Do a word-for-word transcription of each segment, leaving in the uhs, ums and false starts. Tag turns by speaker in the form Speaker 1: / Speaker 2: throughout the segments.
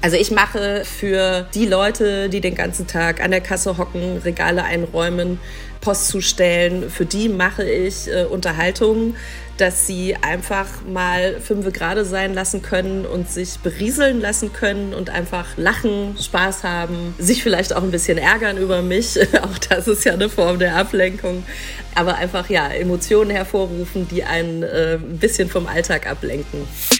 Speaker 1: Also ich mache für die Leute, die den ganzen Tag an der Kasse hocken, Regale einräumen, Post zustellen, für die mache ich äh, Unterhaltung, dass sie einfach mal fünfe gerade sein lassen können und sich berieseln lassen können und einfach lachen, Spaß haben, sich vielleicht auch ein bisschen ärgern über mich. Auch das ist ja eine Form der Ablenkung. Aber einfach ja Emotionen hervorrufen, die einen äh, ein bisschen vom Alltag ablenken.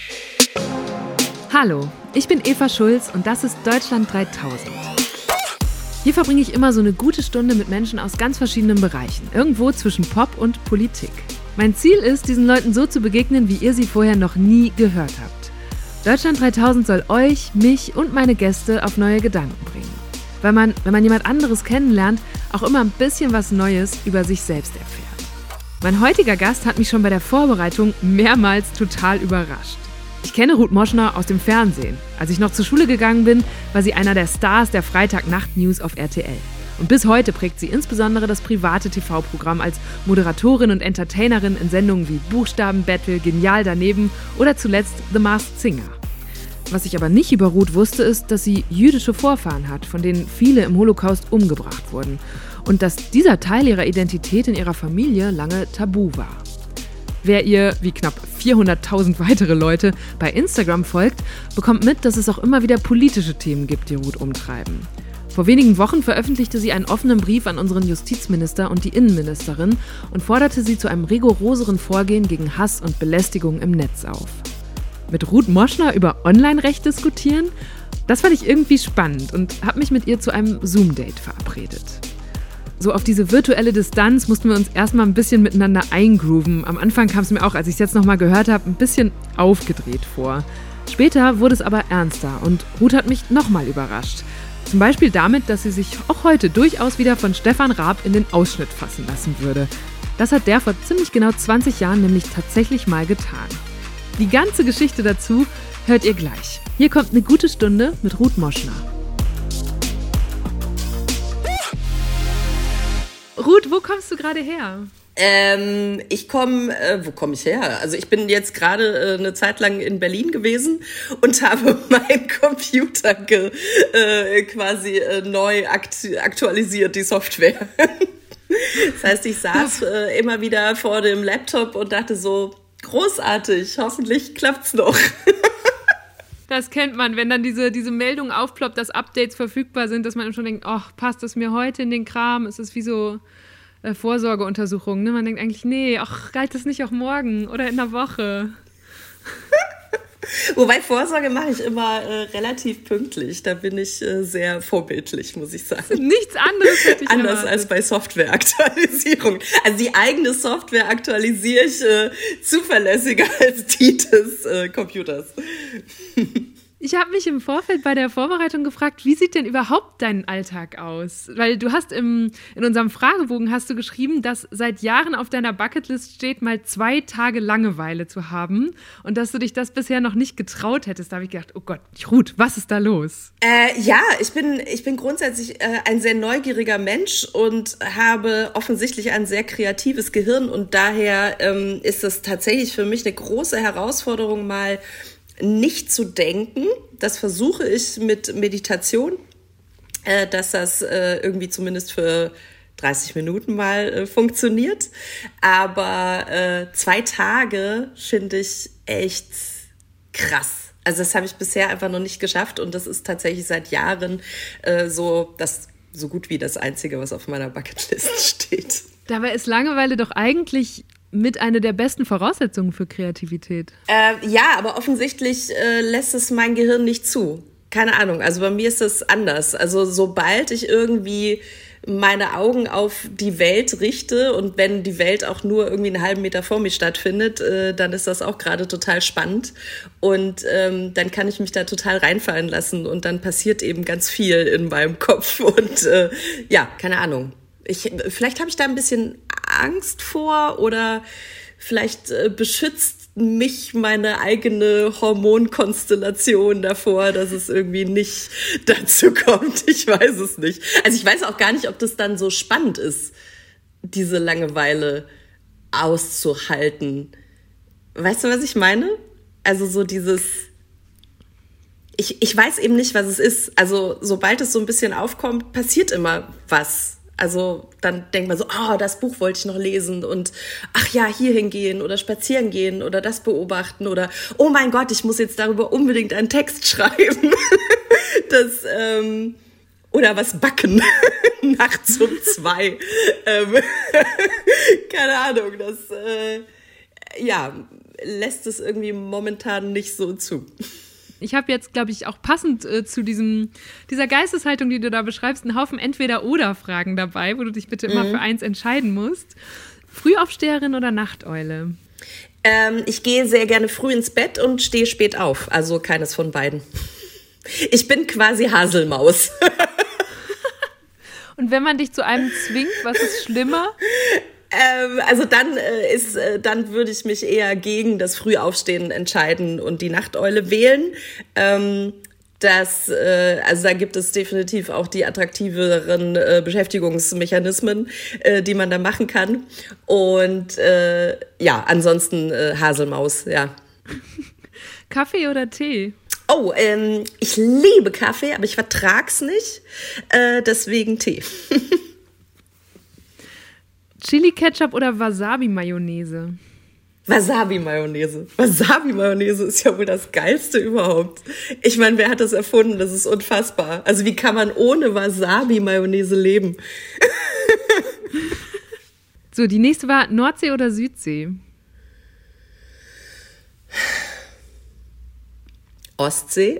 Speaker 2: Hallo, ich bin Eva Schulz und das ist Deutschland dreitausend. Hier verbringe ich immer so eine gute Stunde mit Menschen aus ganz verschiedenen Bereichen, irgendwo zwischen Pop und Politik. Mein Ziel ist, diesen Leuten so zu begegnen, wie ihr sie vorher noch nie gehört habt. Deutschland dreitausend soll euch, mich und meine Gäste auf neue Gedanken bringen. Weil man, wenn man jemand anderes kennenlernt, auch immer ein bisschen was Neues über sich selbst erfährt. Mein heutiger Gast hat mich schon bei der Vorbereitung mehrmals total überrascht. Ich kenne Ruth Moschner aus dem Fernsehen. Als ich noch zur Schule gegangen bin, war sie einer der Stars der Freitagnacht-News auf R T L. Und bis heute prägt sie insbesondere das private T V-Programm als Moderatorin und Entertainerin in Sendungen wie Buchstabenbattle, Genial daneben oder zuletzt The Masked Singer. Was ich aber nicht über Ruth wusste, ist, dass sie jüdische Vorfahren hat, von denen viele im Holocaust umgebracht wurden. Und dass dieser Teil ihrer Identität in ihrer Familie lange tabu war. Wer ihr, wie knapp vierhunderttausend weitere Leute, bei Instagram folgt, bekommt mit, dass es auch immer wieder politische Themen gibt, die Ruth umtreiben. Vor wenigen Wochen veröffentlichte sie einen offenen Brief an unseren Justizminister und die Innenministerin und forderte sie zu einem rigoroseren Vorgehen gegen Hass und Belästigung im Netz auf. Mit Ruth Moschner über Online-Recht diskutieren? Das fand ich irgendwie spannend und habe mich mit ihr zu einem Zoom-Date verabredet. So auf diese virtuelle Distanz mussten wir uns erstmal ein bisschen miteinander eingrooven. Am Anfang kam es mir auch, als ich es jetzt nochmal gehört habe, ein bisschen aufgedreht vor. Später wurde es aber ernster und Ruth hat mich nochmal überrascht. Zum Beispiel damit, dass sie sich auch heute durchaus wieder von Stefan Raab in den Ausschnitt fassen lassen würde. Das hat der vor ziemlich genau zwanzig Jahren nämlich tatsächlich mal getan. Die ganze Geschichte dazu hört ihr gleich. Hier kommt eine gute Stunde mit Ruth Moschner. Ruth, wo kommst du gerade her?
Speaker 1: Ähm, ich komme, äh, wo komme ich her? Also ich bin jetzt gerade äh, eine Zeit lang in Berlin gewesen und habe meinen Computer ge, äh, quasi äh, neu aktu- aktualisiert, die Software. Das heißt, ich saß äh, immer wieder vor dem Laptop und dachte so, großartig, hoffentlich klappt's noch.
Speaker 2: Das kennt man, wenn dann diese, diese Meldung aufploppt, dass Updates verfügbar sind, dass man schon denkt, ach, passt das mir heute in den Kram? Es ist wie so äh, Vorsorgeuntersuchungen. Ne? Man denkt eigentlich, nee, ach, galt das nicht auch morgen oder in einer Woche?
Speaker 1: Wobei Vorsorge mache ich immer äh, relativ pünktlich. Da bin ich äh, sehr vorbildlich, muss ich sagen.
Speaker 2: Nichts anderes hätte ich
Speaker 1: Anders
Speaker 2: erwartet.
Speaker 1: als bei Softwareaktualisierung. Also die eigene Software aktualisiere ich äh, zuverlässiger als die des äh, Computers.
Speaker 2: Ich habe mich im Vorfeld bei der Vorbereitung gefragt, wie sieht denn überhaupt dein Alltag aus? Weil du hast im, in unserem Fragebogen hast du geschrieben, dass seit Jahren auf deiner Bucketlist steht, mal zwei Tage Langeweile zu haben und dass du dich das bisher noch nicht getraut hättest. Da habe ich gedacht, oh Gott, Ruth, was ist da los?
Speaker 1: Äh, ja, ich bin, ich bin grundsätzlich äh, ein sehr neugieriger Mensch und habe offensichtlich ein sehr kreatives Gehirn und daher ähm, ist es tatsächlich für mich eine große Herausforderung, mal nicht zu denken. Das versuche ich mit Meditation, äh, dass das äh, irgendwie zumindest für dreißig Minuten mal äh, funktioniert. Aber äh, zwei Tage finde ich echt krass. Also das habe ich bisher einfach noch nicht geschafft und das ist tatsächlich seit Jahren äh, so, das, so gut wie das Einzige, was auf meiner Bucketlist steht.
Speaker 2: Dabei ist Langeweile doch eigentlich mit einer der besten Voraussetzungen für Kreativität.
Speaker 1: Äh, ja, aber offensichtlich äh, lässt es mein Gehirn nicht zu. Keine Ahnung, also bei mir ist das anders. Also sobald ich irgendwie meine Augen auf die Welt richte und wenn die Welt auch nur irgendwie einen halben Meter vor mir stattfindet, äh, dann ist das auch gerade total spannend und ähm, dann kann ich mich da total reinfallen lassen und dann passiert eben ganz viel in meinem Kopf und äh, ja, keine Ahnung. Ich, vielleicht habe ich da ein bisschen Angst vor oder vielleicht äh, beschützt mich meine eigene Hormonkonstellation davor, dass es irgendwie nicht dazu kommt. Ich weiß es nicht. Also ich weiß auch gar nicht, ob das dann so spannend ist, diese Langeweile auszuhalten. Weißt du, was ich meine? Also so dieses... ich, ich weiß eben nicht, was es ist. Also sobald es so ein bisschen aufkommt, passiert immer was. Also dann denkt man so, oh, das Buch wollte ich noch lesen und ach ja, hier hingehen oder spazieren gehen oder das beobachten oder oh mein Gott, ich muss jetzt darüber unbedingt einen Text schreiben. das, ähm, oder was backen nachts um zwei. ähm, keine Ahnung, das äh, ja, lässt es irgendwie momentan nicht so zu.
Speaker 2: Ich habe jetzt, glaube ich, auch passend äh, zu diesem, dieser Geisteshaltung, die du da beschreibst, einen Haufen Entweder-Oder-Fragen dabei, wo du dich bitte immer mhm. für eins entscheiden musst. Frühaufsteherin oder Nachteule?
Speaker 1: Ähm, ich gehe sehr gerne früh ins Bett und stehe spät auf. Also keines von beiden. Ich bin quasi Haselmaus.
Speaker 2: Und wenn man dich zu einem zwingt, was ist schlimmer?
Speaker 1: Ähm, also dann äh, ist, äh, dann würde ich mich eher gegen das Frühaufstehen entscheiden und die Nachteule wählen. Ähm, das, äh, also da gibt es definitiv auch die attraktiveren äh, Beschäftigungsmechanismen, äh, die man da machen kann. Und äh, ja, ansonsten äh, Haselmaus, ja.
Speaker 2: Kaffee oder Tee?
Speaker 1: Oh, ähm, ich liebe Kaffee, aber ich vertrag's nicht, äh, deswegen Tee.
Speaker 2: Chili-Ketchup oder Wasabi-Mayonnaise?
Speaker 1: Wasabi-Mayonnaise. Wasabi-Mayonnaise ist ja wohl das Geilste überhaupt. Ich meine, wer hat das erfunden? Das ist unfassbar. Also wie kann man ohne Wasabi-Mayonnaise leben?
Speaker 2: So, die nächste war Nordsee oder Südsee?
Speaker 1: Ostsee.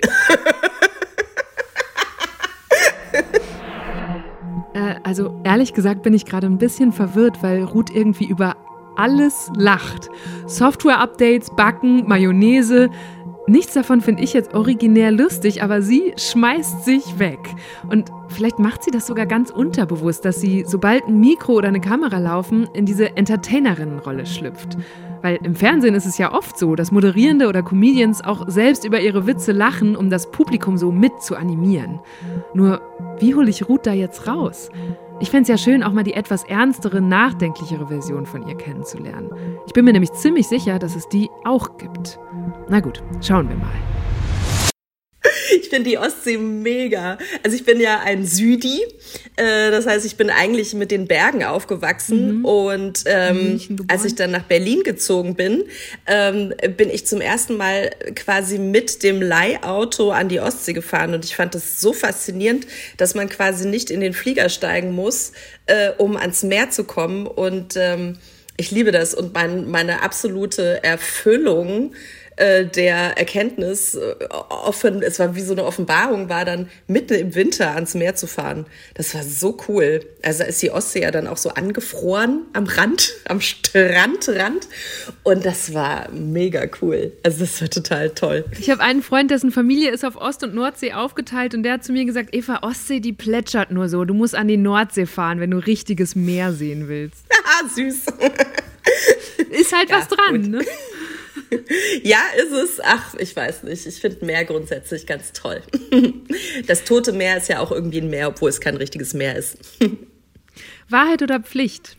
Speaker 2: äh, also ehrlich gesagt bin ich gerade ein bisschen verwirrt, weil Ruth irgendwie über alles lacht. Software-Updates, Backen, Mayonnaise. Nichts davon finde ich jetzt originär lustig, aber sie schmeißt sich weg. Und vielleicht macht sie das sogar ganz unterbewusst, dass sie, sobald ein Mikro oder eine Kamera laufen, in diese Entertainerinnenrolle schlüpft. Weil im Fernsehen ist es ja oft so, dass Moderierende oder Comedians auch selbst über ihre Witze lachen, um das Publikum so mit zu animieren. Nur, wie hole ich Ruth da jetzt raus? Ich fände es ja schön, auch mal die etwas ernstere, nachdenklichere Version von ihr kennenzulernen. Ich bin mir nämlich ziemlich sicher, dass es die auch gibt. Na gut, schauen wir mal.
Speaker 1: Ich finde die Ostsee mega. Also ich bin ja ein Südi, äh, das heißt, ich bin eigentlich mit den Bergen aufgewachsen. Mhm. Und ähm, als ich dann nach Berlin gezogen bin, ähm, bin ich zum ersten Mal quasi mit dem Leihauto an die Ostsee gefahren. Und ich fand das so faszinierend, dass man quasi nicht in den Flieger steigen muss, äh, um ans Meer zu kommen. Und ähm, ich liebe das. Und mein, meine absolute Erfüllung der Erkenntnis, offen, es war wie so eine Offenbarung, war dann mitten im Winter ans Meer zu fahren. Das war so cool. Also da ist die Ostsee ja dann auch so angefroren am Rand, am Strandrand. Und das war mega cool. Also das war total toll.
Speaker 2: Ich habe einen Freund, dessen Familie ist auf Ost- und Nordsee aufgeteilt und der hat zu mir gesagt, Eva, Ostsee, die plätschert nur so. Du musst an die Nordsee fahren, wenn du richtiges Meer sehen willst.
Speaker 1: Ah, süß.
Speaker 2: Ist halt ja, was dran, gut. Ne?
Speaker 1: Ja, ist es. Ach, ich weiß nicht. Ich finde Meer grundsätzlich ganz toll. Das Tote Meer ist ja auch irgendwie ein Meer, obwohl es kein richtiges Meer ist.
Speaker 2: Wahrheit oder Pflicht?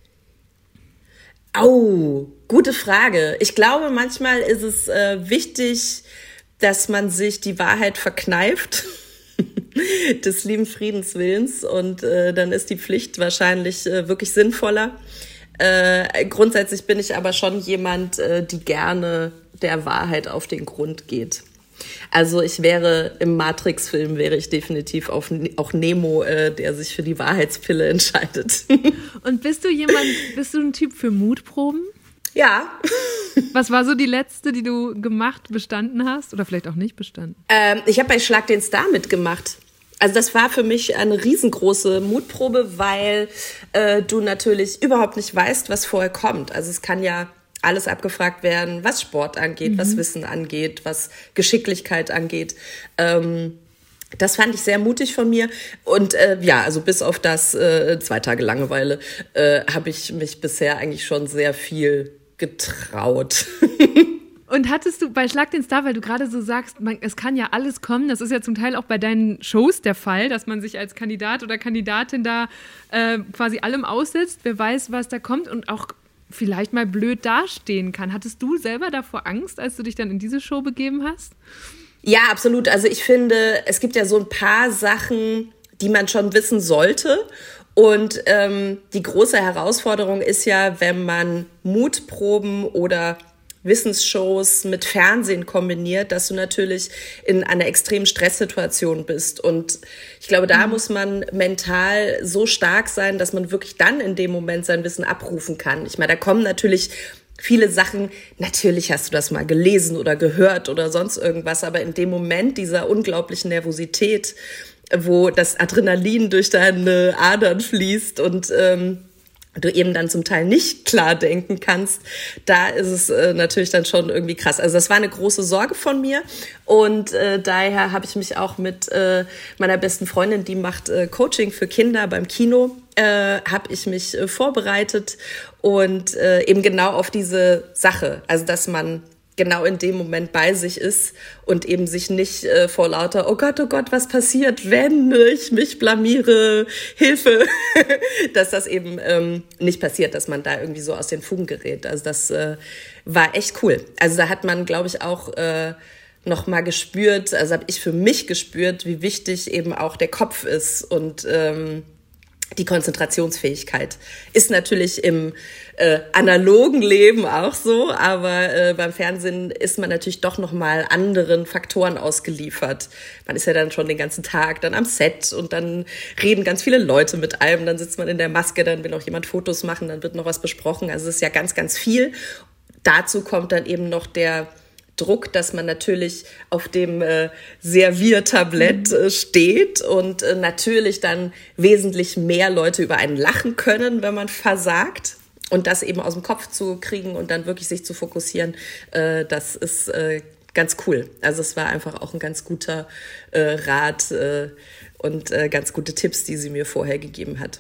Speaker 1: Oh, gute Frage. Ich glaube, manchmal ist es äh, wichtig, dass man sich die Wahrheit verkneift. Des lieben Friedenswillens. Und äh, dann ist die Pflicht wahrscheinlich äh, wirklich sinnvoller. Äh, grundsätzlich bin ich aber schon jemand, äh, die gerne der Wahrheit auf den Grund geht. Also ich wäre im Matrix-Film, wäre ich definitiv auf, auch Nemo, äh, der sich für die Wahrheitspille entscheidet.
Speaker 2: Und bist du jemand, bist du ein Typ für Mutproben?
Speaker 1: Ja.
Speaker 2: Was war so die letzte, die du gemacht, bestanden hast? Oder vielleicht auch nicht bestanden?
Speaker 1: Ähm, ich habe bei Schlag den Star mitgemacht. Also das war für mich eine riesengroße Mutprobe, weil äh, du natürlich überhaupt nicht weißt, was vorher kommt. Also es kann ja alles abgefragt werden, was Sport angeht, mhm. was Wissen angeht, was Geschicklichkeit angeht. Ähm, das fand ich sehr mutig von mir. Und äh, ja, also bis auf das äh, zwei Tage Langeweile äh, habe ich mich bisher eigentlich schon sehr viel getraut.
Speaker 2: Und hattest du bei Schlag den Star, weil du gerade so sagst, man, es kann ja alles kommen, das ist ja zum Teil auch bei deinen Shows der Fall, dass man sich als Kandidat oder Kandidatin da äh, quasi allem aussetzt, wer weiß, was da kommt und auch vielleicht mal blöd dastehen kann. Hattest du selber davor Angst, als du dich dann in diese Show begeben hast?
Speaker 1: Ja, absolut. Also ich finde, es gibt ja so ein paar Sachen, die man schon wissen sollte. Und ähm, die große Herausforderung ist ja, wenn man Mutproben oder Wissensshows mit Fernsehen kombiniert, dass du natürlich in einer extremen Stresssituation bist. Und ich glaube, da mhm. muss man mental so stark sein, dass man wirklich dann in dem Moment sein Wissen abrufen kann. Ich meine, da kommen natürlich viele Sachen, natürlich hast du das mal gelesen oder gehört oder sonst irgendwas, aber in dem Moment dieser unglaublichen Nervosität, wo das Adrenalin durch deine Adern fließt und ähm, du eben dann zum Teil nicht klar denken kannst, da ist es äh, natürlich dann schon irgendwie krass. Also das war eine große Sorge von mir und äh, daher habe ich mich auch mit äh, meiner besten Freundin, die macht äh, Coaching für Kinder beim Kino, äh, habe ich mich äh, vorbereitet und äh, eben genau auf diese Sache, also dass man genau in dem Moment bei sich ist und eben sich nicht äh, vor lauter, oh Gott, oh Gott, was passiert, wenn ich mich blamiere, Hilfe, dass das eben ähm, nicht passiert, dass man da irgendwie so aus den Fugen gerät. Also das äh, war echt cool. Also da hat man, glaube ich, auch äh, noch mal gespürt, also habe ich für mich gespürt, wie wichtig eben auch der Kopf ist und ähm, die Konzentrationsfähigkeit ist natürlich im äh, analogen Leben auch so, aber äh, beim Fernsehen ist man natürlich doch noch mal anderen Faktoren ausgeliefert. Man ist ja dann schon den ganzen Tag dann am Set und dann reden ganz viele Leute mit einem, dann sitzt man in der Maske, dann will auch jemand Fotos machen, dann wird noch was besprochen. Also es ist ja ganz, ganz viel. Dazu kommt dann eben noch der Druck, dass man natürlich auf dem äh, Serviertablett äh, steht und äh, natürlich dann wesentlich mehr Leute über einen lachen können, wenn man versagt. Und das eben aus dem Kopf zu kriegen und dann wirklich sich zu fokussieren, äh, das ist äh, ganz cool. Also es war einfach auch ein ganz guter äh, Rat äh, und äh, ganz gute Tipps, die sie mir vorher gegeben hat.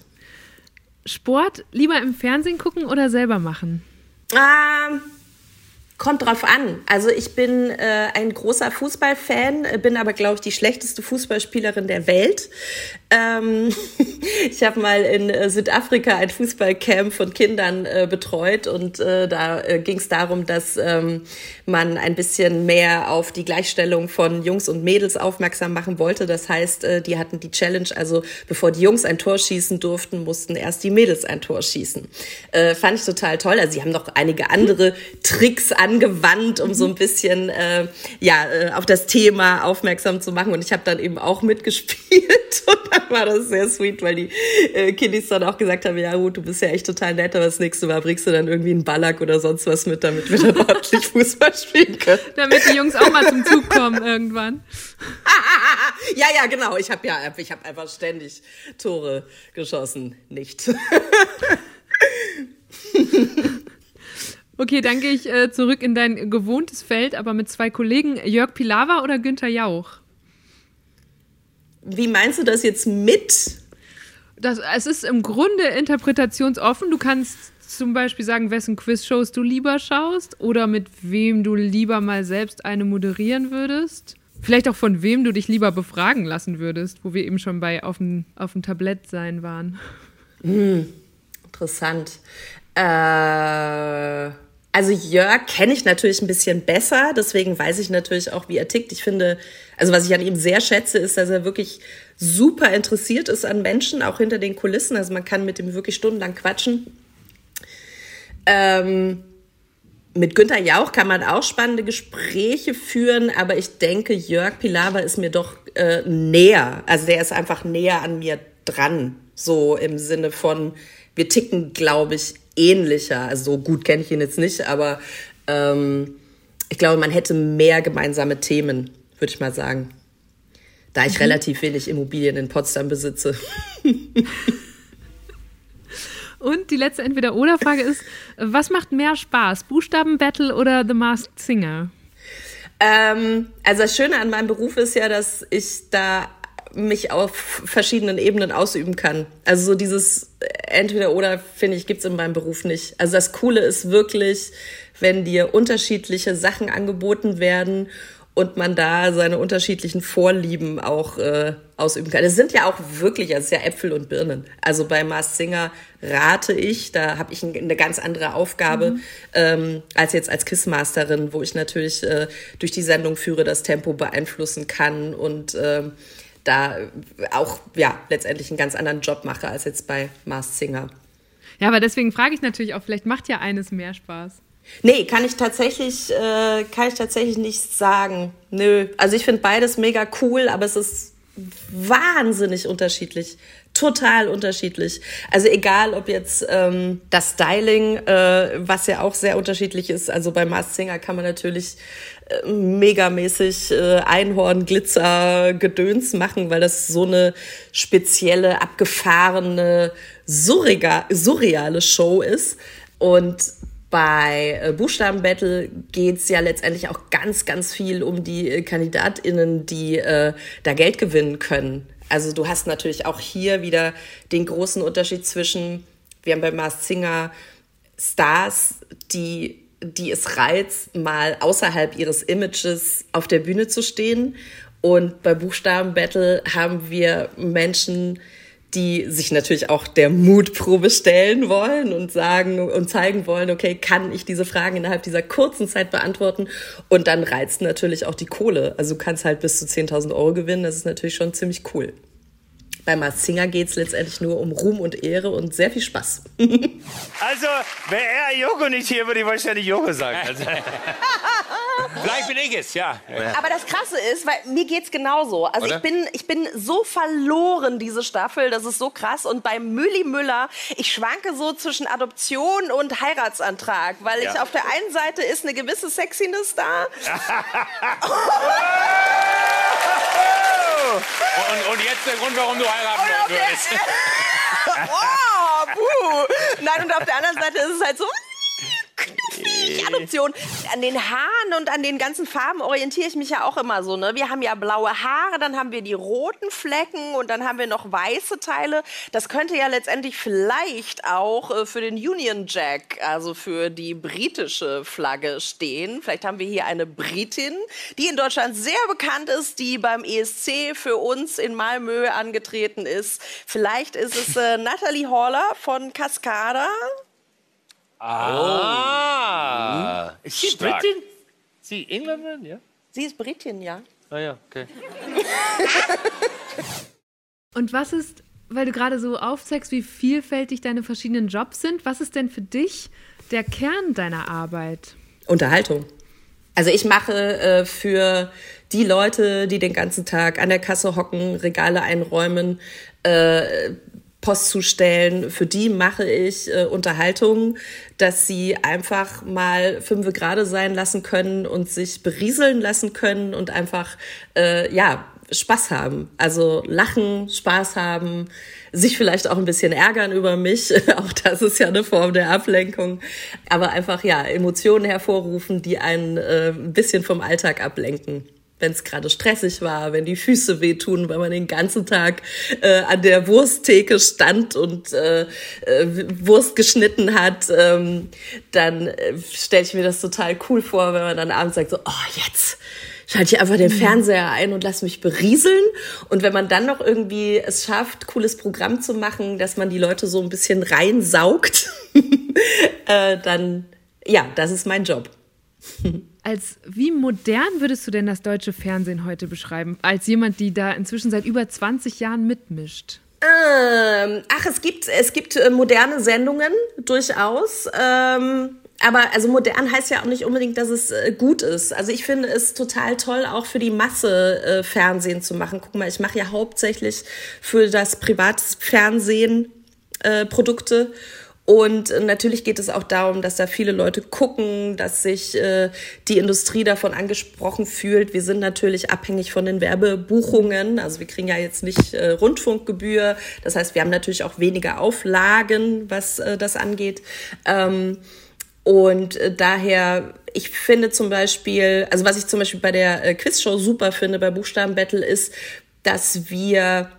Speaker 2: Sport lieber im Fernsehen gucken oder selber machen?
Speaker 1: Ähm... Kommt drauf an. Also ich bin äh, ein großer Fußballfan, bin aber, glaube ich, die schlechteste Fußballspielerin der Welt. Ähm, ich habe mal in äh, Südafrika ein Fußballcamp von Kindern äh, betreut und äh, da äh, ging es darum, dass ähm, man ein bisschen mehr auf die Gleichstellung von Jungs und Mädels aufmerksam machen wollte. Das heißt, äh, die hatten die Challenge, also bevor die Jungs ein Tor schießen durften, mussten erst die Mädels ein Tor schießen. Äh, fand ich total toll. Also sie haben noch einige andere Tricks angewandt, um so ein bisschen äh, ja äh, auf das Thema aufmerksam zu machen. Und ich habe dann eben auch mitgespielt und dann war das sehr sweet, weil die äh, Kiddies dann auch gesagt haben, ja gut, du bist ja echt total nett, aber das nächste Mal bringst du dann irgendwie einen Ballack oder sonst was mit, damit wir dann ordentlich Fußball spielen können.
Speaker 2: Damit die Jungs auch mal zum Zug kommen irgendwann.
Speaker 1: Ja, ja, genau. Ich habe ja, ich habe einfach ständig Tore geschossen. Nicht.
Speaker 2: Okay, dann gehe ich äh, zurück in dein gewohntes Feld, aber mit zwei Kollegen. Jörg Pilawa oder Günther Jauch?
Speaker 1: Wie meinst du das jetzt mit?
Speaker 2: Das, es ist im Grunde interpretationsoffen. Du kannst zum Beispiel sagen, wessen Quizshows du lieber schaust oder mit wem du lieber mal selbst eine moderieren würdest. Vielleicht auch von wem du dich lieber befragen lassen würdest, wo wir eben schon bei auf dem, auf dem Tablett sein waren.
Speaker 1: Hm, interessant. Äh... Also Jörg kenne ich natürlich ein bisschen besser, deswegen weiß ich natürlich auch, wie er tickt. Ich finde, also was ich an ihm sehr schätze, ist, dass er wirklich super interessiert ist an Menschen, auch hinter den Kulissen. Also man kann mit ihm wirklich stundenlang quatschen. Ähm, mit Günther Jauch kann man auch spannende Gespräche führen, aber ich denke, Jörg Pilawa ist mir doch äh, näher. Also der ist einfach näher an mir dran, so im Sinne von, wir ticken, glaube ich, ähnlicher. Also so gut kenne ich ihn jetzt nicht, aber ähm, ich glaube, man hätte mehr gemeinsame Themen, würde ich mal sagen. Da ich mhm. relativ wenig Immobilien in Potsdam besitze.
Speaker 2: Und die letzte Entweder-Oder-Frage ist, was macht mehr Spaß, Buchstaben-Battle oder The Masked Singer?
Speaker 1: Ähm, also das Schöne an meinem Beruf ist ja, dass ich da mich auf verschiedenen Ebenen ausüben kann. Also so dieses Entweder-Oder, finde ich, gibt's in meinem Beruf nicht. Also das Coole ist wirklich, wenn dir unterschiedliche Sachen angeboten werden und man da seine unterschiedlichen Vorlieben auch äh, ausüben kann. Es sind ja auch wirklich, es ist ja Äpfel und Birnen. Also bei Masked Singer rate ich, da habe ich eine ganz andere Aufgabe mhm. ähm, als jetzt als Quizmasterin, wo ich natürlich äh, durch die Sendung führe, das Tempo beeinflussen kann und ähm, da auch ja letztendlich einen ganz anderen Job mache als jetzt bei Masked Singer.
Speaker 2: Ja, aber deswegen frage ich natürlich auch, vielleicht macht ja eines mehr Spaß.
Speaker 1: Nee, kann ich tatsächlich, äh, kann ich tatsächlich nicht sagen. Nö, also ich finde beides mega cool, aber es ist wahnsinnig unterschiedlich. Total unterschiedlich. Also egal, ob jetzt ähm, das Styling, äh, was ja auch sehr unterschiedlich ist. Also bei Masked Singer kann man natürlich äh, megamäßig äh, Einhorn, Glitzer, Gedöns machen, weil das so eine spezielle, abgefahrene, surreal, surreale Show ist. Und bei äh, Buchstabenbattle geht's ja letztendlich auch ganz, ganz viel um die äh, KandidatInnen, die äh, da Geld gewinnen können. Also du hast natürlich auch hier wieder den großen Unterschied zwischen, wir haben bei Masked Singer Stars, die, die es reizt, mal außerhalb ihres Images auf der Bühne zu stehen. Und bei Buchstabenbattle haben wir Menschen, die sich natürlich auch der Mutprobe stellen wollen und sagen und zeigen wollen, okay, kann ich diese Fragen innerhalb dieser kurzen Zeit beantworten? Und dann reizt natürlich auch die Kohle. Also du kannst halt bis zu zehntausend Euro gewinnen. Das ist natürlich schon ziemlich cool. Bei Masked Singer geht es letztendlich nur um Ruhm und Ehre und sehr viel Spaß.
Speaker 3: Also, wäre er Joko nicht hier, würde ich wahrscheinlich Joko sagen. Also.
Speaker 4: Vielleicht bin ich es, ja.
Speaker 5: Aber das Krasse ist, weil mir geht's genauso. Also ich bin, ich bin so verloren, diese Staffel, das ist so krass. Und bei Mülli Müller, ich schwanke so zwischen Adoption und Heiratsantrag, weil ja. ich auf der einen Seite ist eine gewisse Sexiness da.
Speaker 4: Und, und jetzt der Grund, warum du heiraten würdest.
Speaker 5: Oh, puh. Nein, und auf der anderen Seite ist es halt so knuffig, Adoption. An den Haaren und an den ganzen Farben orientiere ich mich ja auch immer so. Ne? Wir haben ja blaue Haare, dann haben wir die roten Flecken und dann haben wir noch weiße Teile. Das könnte ja letztendlich vielleicht auch äh, für den Union Jack, also für die britische Flagge stehen. Vielleicht haben wir hier eine Britin, die in Deutschland sehr bekannt ist, die beim E S C für uns in Malmö angetreten ist. Vielleicht ist es äh, Natalie Haller von Cascada.
Speaker 4: Ah. Oh. Ist sie
Speaker 3: Stark.
Speaker 4: Britin? Ist sie Engländerin, ja?
Speaker 5: Sie ist Britin, ja.
Speaker 4: Ah ja, okay.
Speaker 2: Und was ist, weil du gerade so aufzeigst, wie vielfältig deine verschiedenen Jobs sind, was ist denn für dich der Kern deiner Arbeit?
Speaker 1: Unterhaltung. Also ich mache äh, für die Leute, die den ganzen Tag an der Kasse hocken, Regale einräumen, äh, Post zustellen, für die mache ich äh, Unterhaltung, dass sie einfach mal fünfe gerade sein lassen können und sich berieseln lassen können und einfach äh, ja Spaß haben. Also lachen, Spaß haben, sich vielleicht auch ein bisschen ärgern über mich. Auch das ist ja eine Form der Ablenkung. Aber einfach ja Emotionen hervorrufen, die einen äh, ein bisschen vom Alltag ablenken. Wenn es gerade stressig war, wenn die Füße wehtun, weil man den ganzen Tag äh, an der Wursttheke stand und äh, äh, Wurst geschnitten hat, ähm, dann äh, stelle ich mir das total cool vor, wenn man dann abends sagt, so, oh, jetzt schalte ich einfach den Fernseher ein und lass mich berieseln. Und wenn man dann noch irgendwie es schafft, cooles Programm zu machen, dass man die Leute so ein bisschen reinsaugt, äh, dann, ja, das ist mein Job.
Speaker 2: Als wie modern würdest du denn das deutsche Fernsehen heute beschreiben? Als jemand, die da inzwischen seit über zwanzig Jahren mitmischt.
Speaker 1: Ähm, ach, es gibt, es gibt äh, moderne Sendungen, durchaus. Ähm, aber also modern heißt ja auch nicht unbedingt, dass es äh, gut ist. Also ich finde es total toll, auch für die Masse äh, Fernsehen zu machen. Guck mal, ich mache ja hauptsächlich für das Privatfernsehen äh, Produkte. Und natürlich geht es auch darum, dass da viele Leute gucken, dass sich äh, die Industrie davon angesprochen fühlt. Wir sind natürlich abhängig von den Werbebuchungen. Also wir kriegen ja jetzt nicht äh, Rundfunkgebühr. Das heißt, wir haben natürlich auch weniger Auflagen, was äh, das angeht. Ähm, und äh, daher, ich finde zum Beispiel, also was ich zum Beispiel bei der äh, Quizshow super finde, bei Buchstabenbattle, ist, dass wir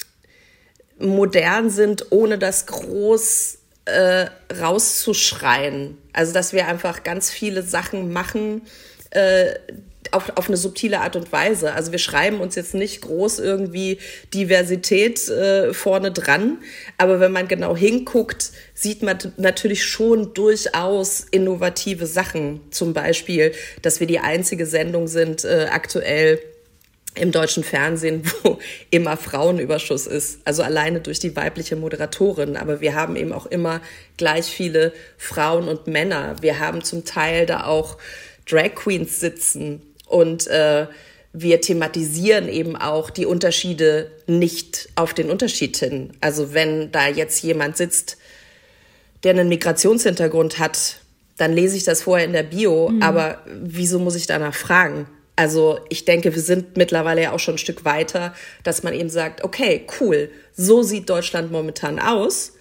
Speaker 1: modern sind, ohne das groß Äh, rauszuschreien. Also, dass wir einfach ganz viele Sachen machen, äh, auf, auf eine subtile Art und Weise. Also wir schreiben uns jetzt nicht groß irgendwie Diversität äh, vorne dran, aber wenn man genau hinguckt, sieht man natürlich schon durchaus innovative Sachen. Zum Beispiel, dass wir die einzige Sendung sind äh, aktuell im deutschen Fernsehen, wo immer Frauenüberschuss ist. Also alleine durch die weibliche Moderatorin. Aber wir haben eben auch immer gleich viele Frauen und Männer. Wir haben zum Teil da auch Drag Queens sitzen. Und äh, wir thematisieren eben auch die Unterschiede nicht auf den Unterschied hin. Also wenn da jetzt jemand sitzt, der einen Migrationshintergrund hat, dann lese ich das vorher in der Bio. Mhm. Aber wieso muss ich danach fragen? Also ich denke, wir sind mittlerweile ja auch schon ein Stück weiter, dass man eben sagt, okay, cool, so sieht Deutschland momentan aus.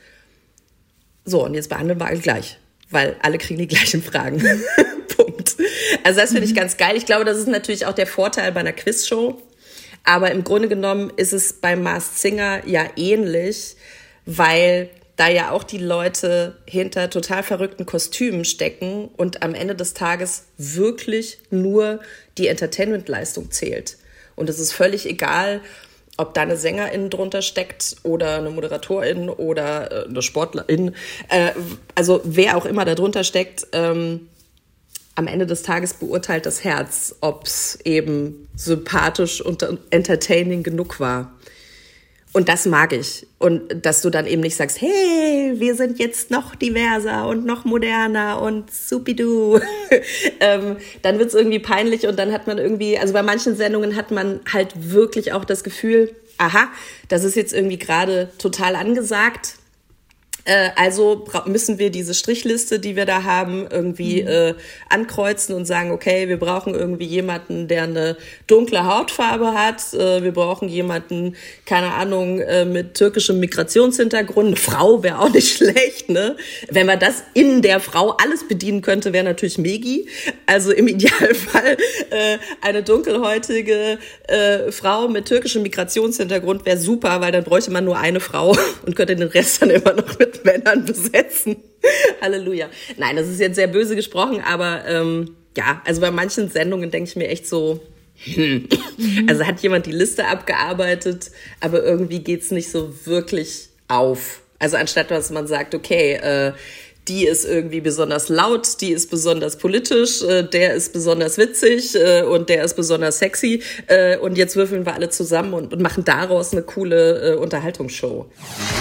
Speaker 1: So, und jetzt behandeln wir alle gleich, weil alle kriegen die gleichen Fragen. Punkt. Also das finde ich ganz geil. Ich glaube, das ist natürlich auch der Vorteil bei einer Quizshow. Aber im Grunde genommen ist es bei Masked Singer ja ähnlich, weil da ja auch die Leute hinter total verrückten Kostümen stecken und am Ende des Tages wirklich nur die Entertainment-Leistung zählt. Und es ist völlig egal, ob da eine Sängerin drunter steckt oder eine Moderatorin oder eine Sportlerin. Äh, also wer auch immer da drunter steckt, ähm, am Ende des Tages beurteilt das Herz, ob es eben sympathisch und entertaining genug war. Und das mag ich. Und dass du dann eben nicht sagst, hey, wir sind jetzt noch diverser und noch moderner und supidu. ähm, dann wird's irgendwie peinlich und dann hat man irgendwie, also bei manchen Sendungen hat man halt wirklich auch das Gefühl, aha, das ist jetzt irgendwie gerade total angesagt. Äh, also müssen wir diese Strichliste, die wir da haben, irgendwie mhm. äh, ankreuzen und sagen, okay, wir brauchen irgendwie jemanden, der eine dunkle Hautfarbe hat. Äh, wir brauchen jemanden, keine Ahnung, äh, mit türkischem Migrationshintergrund. Eine Frau wäre auch nicht schlecht, ne? Wenn man das in der Frau alles bedienen könnte, wäre natürlich Megi. Also im Idealfall äh, eine dunkelhäutige äh, Frau mit türkischem Migrationshintergrund wäre super, weil dann bräuchte man nur eine Frau und könnte den Rest dann immer noch mit Männern besetzen. Halleluja. Nein, das ist jetzt sehr böse gesprochen, aber ähm, ja, also bei manchen Sendungen denke ich mir echt so, hm. Also hat jemand die Liste abgearbeitet, aber irgendwie geht's nicht so wirklich auf. Also anstatt dass man sagt, okay, äh, die ist irgendwie besonders laut, die ist besonders politisch, äh, der ist besonders witzig äh, und der ist besonders sexy äh, und jetzt würfeln wir alle zusammen und, und machen daraus eine coole äh, Unterhaltungsshow.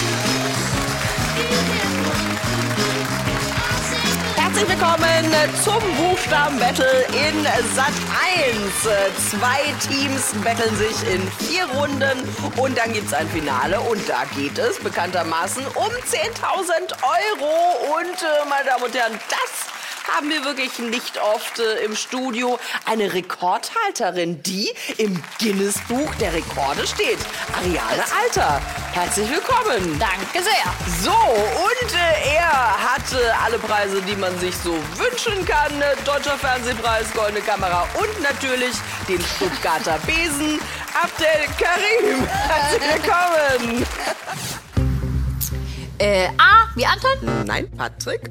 Speaker 5: Herzlich willkommen zum Buchstaben-Battle in Sat eins. Zwei Teams battlen sich in vier Runden und dann gibt's ein Finale und da geht es bekanntermaßen um zehntausend Euro. Und äh, meine Damen und Herren, das haben wir wirklich nicht oft äh, im Studio. Eine Rekordhalterin, die im Guinness-Buch der Rekorde steht. Ariane Alter, herzlich willkommen.
Speaker 6: Danke sehr.
Speaker 5: So, und äh, er hat äh, alle Preise, die man sich so wünschen kann. Äh, Deutscher Fernsehpreis, Goldene Kamera und natürlich den Stuttgarter Besen. Abdel Karim, herzlich willkommen.
Speaker 6: Äh, A, wie Anton?
Speaker 5: Nein, Patrick.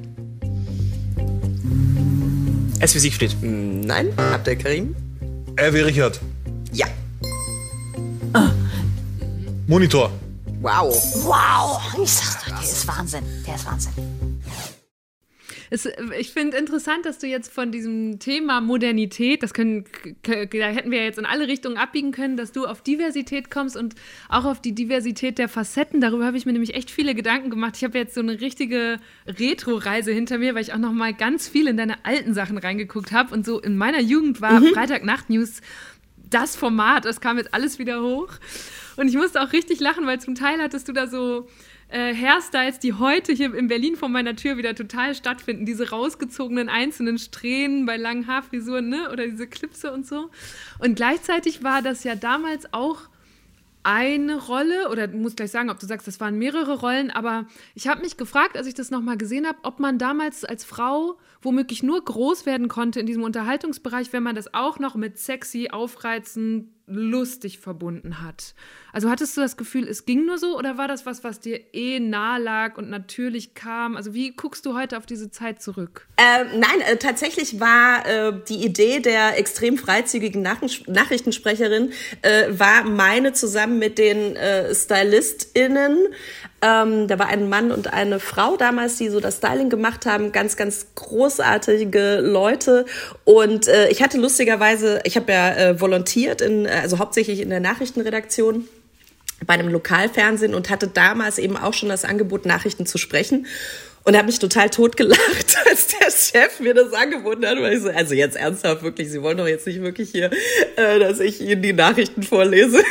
Speaker 7: S wie Siegfried.
Speaker 5: Nein, Abdel Karim.
Speaker 8: R wie Richard.
Speaker 5: Ja.
Speaker 6: Ah.
Speaker 8: Monitor.
Speaker 5: Wow.
Speaker 6: Wow, ich sag's doch, der ist Wahnsinn. Der ist Wahnsinn.
Speaker 2: Es, ich finde interessant, dass du jetzt von diesem Thema Modernität, das können, da hätten wir ja jetzt in alle Richtungen abbiegen können, dass du auf Diversität kommst und auch auf die Diversität der Facetten. Darüber habe ich mir nämlich echt viele Gedanken gemacht. Ich habe jetzt so eine richtige Retro-Reise hinter mir, weil ich auch noch mal ganz viel in deine alten Sachen reingeguckt habe. Und so in meiner Jugend war mhm. Freitagnacht-News das Format. Das kam jetzt alles wieder hoch. Und ich musste auch richtig lachen, weil zum Teil hattest du da so Äh, Hairstyles, die heute hier in Berlin vor meiner Tür wieder total stattfinden. Diese rausgezogenen einzelnen Strähnen bei langen Haarfrisuren, ne? Oder diese Klipse und so. Und gleichzeitig war das ja damals auch eine Rolle, oder du musst gleich sagen, ob du sagst, das waren mehrere Rollen, aber ich habe mich gefragt, als ich das nochmal gesehen habe, ob man damals als Frau womöglich nur groß werden konnte in diesem Unterhaltungsbereich, wenn man das auch noch mit sexy, aufreizend, lustig verbunden hat. Also hattest du das Gefühl, es ging nur so oder war das was, was dir eh nahe lag und natürlich kam? Also wie guckst du heute auf diese Zeit zurück?
Speaker 1: Ähm, nein, äh, tatsächlich war äh, die Idee der extrem freizügigen Nach- Nachrichtensprecherin äh, war meine zusammen mit den äh, StylistInnen. Ähm, da war ein Mann und eine Frau damals, die so das Styling gemacht haben. Ganz, ganz großartige Leute. Und äh, ich hatte lustigerweise, ich habe ja äh, volontiert, in, also hauptsächlich in der Nachrichtenredaktion bei einem Lokalfernsehen und hatte damals eben auch schon das Angebot, Nachrichten zu sprechen. Und habe mich total totgelacht, als der Chef mir das angeboten hat. Weil ich so, also jetzt ernsthaft, wirklich, Sie wollen doch jetzt nicht wirklich hier, äh, dass ich Ihnen die Nachrichten vorlese.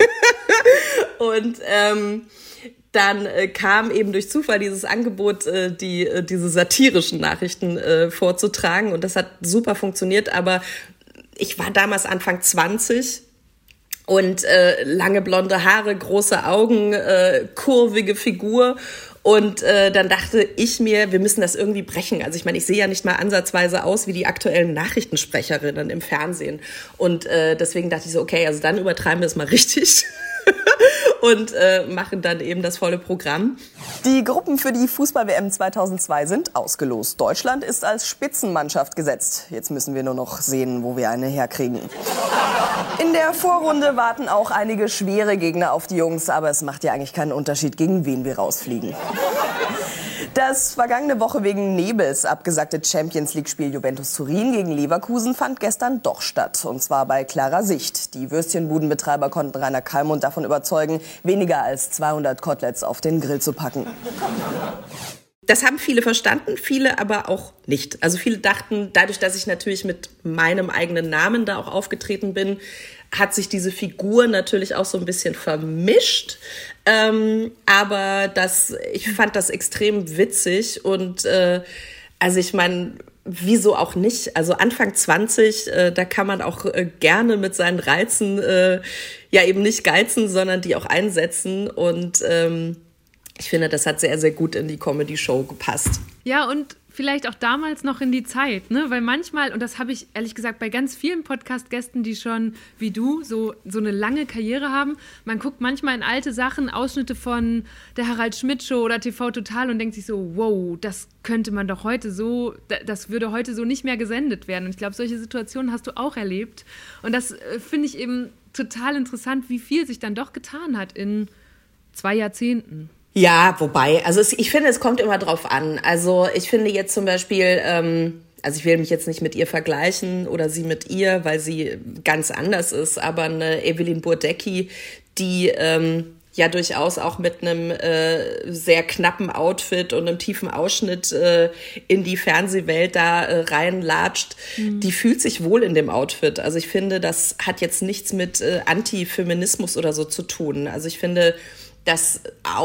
Speaker 1: Und ähm, dann äh, kam eben durch Zufall dieses Angebot, äh, die äh, diese satirischen Nachrichten äh, vorzutragen. Und das hat super funktioniert. Aber ich war damals Anfang zwanzig. Und äh, lange blonde Haare, große Augen, äh, kurvige Figur. Und äh, dann dachte ich mir, wir müssen das irgendwie brechen. Also ich meine, ich sehe ja nicht mal ansatzweise aus wie die aktuellen Nachrichtensprecherinnen im Fernsehen. Und äh, deswegen dachte ich so, okay, also dann übertreiben wir es mal richtig. Und äh, machen dann eben das volle Programm.
Speaker 5: Die Gruppen für die Fußball-W M zweitausendzwei sind ausgelost. Deutschland ist als Spitzenmannschaft gesetzt. Jetzt müssen wir nur noch sehen, wo wir eine herkriegen. In der Vorrunde warten auch einige schwere Gegner auf die Jungs. Aber es macht ja eigentlich keinen Unterschied, gegen wen wir rausfliegen. Das vergangene Woche wegen Nebels abgesagte Champions-League-Spiel Juventus Turin gegen Leverkusen fand gestern doch statt. Und zwar bei klarer Sicht. Die Würstchenbudenbetreiber konnten Rainer Kallmund davon überzeugen, weniger als zweihundert Koteletts auf den Grill zu packen.
Speaker 1: Das haben viele verstanden, viele aber auch nicht. Also viele dachten, dadurch, dass ich natürlich mit meinem eigenen Namen da auch aufgetreten bin, hat sich diese Figur natürlich auch so ein bisschen vermischt. Ähm, aber das, ich fand das extrem witzig und äh, also ich meine, wieso auch nicht? Also Anfang zwanzig, äh, da kann man auch äh, gerne mit seinen Reizen äh, ja eben nicht geizen, sondern die auch einsetzen und ähm, ich finde, das hat sehr, sehr gut in die Comedy-Show gepasst.
Speaker 2: Ja, und vielleicht auch damals noch in die Zeit, ne? Weil manchmal, und das habe ich ehrlich gesagt bei ganz vielen Podcast-Gästen, die schon wie du so, so eine lange Karriere haben, man guckt manchmal in alte Sachen, Ausschnitte von der Harald Schmidt-Show oder T V Total und denkt sich so, wow, das könnte man doch heute so, das würde heute so nicht mehr gesendet werden. Und ich glaube, solche Situationen hast du auch erlebt. Und das äh, finde ich eben total interessant, wie viel sich dann doch getan hat in zwei Jahrzehnten.
Speaker 1: Ja, wobei, also es, ich finde, es kommt immer drauf an. Also ich finde jetzt zum Beispiel, ähm, also ich will mich jetzt nicht mit ihr vergleichen oder sie mit ihr, weil sie ganz anders ist, aber eine Evelyn Burdecki, die ähm, ja durchaus auch mit einem äh, sehr knappen Outfit und einem tiefen Ausschnitt äh, in die Fernsehwelt da äh, reinlatscht, mhm. die fühlt sich wohl in dem Outfit. Also ich finde, das hat jetzt nichts mit äh, Antifeminismus oder so zu tun. Also ich finde, dass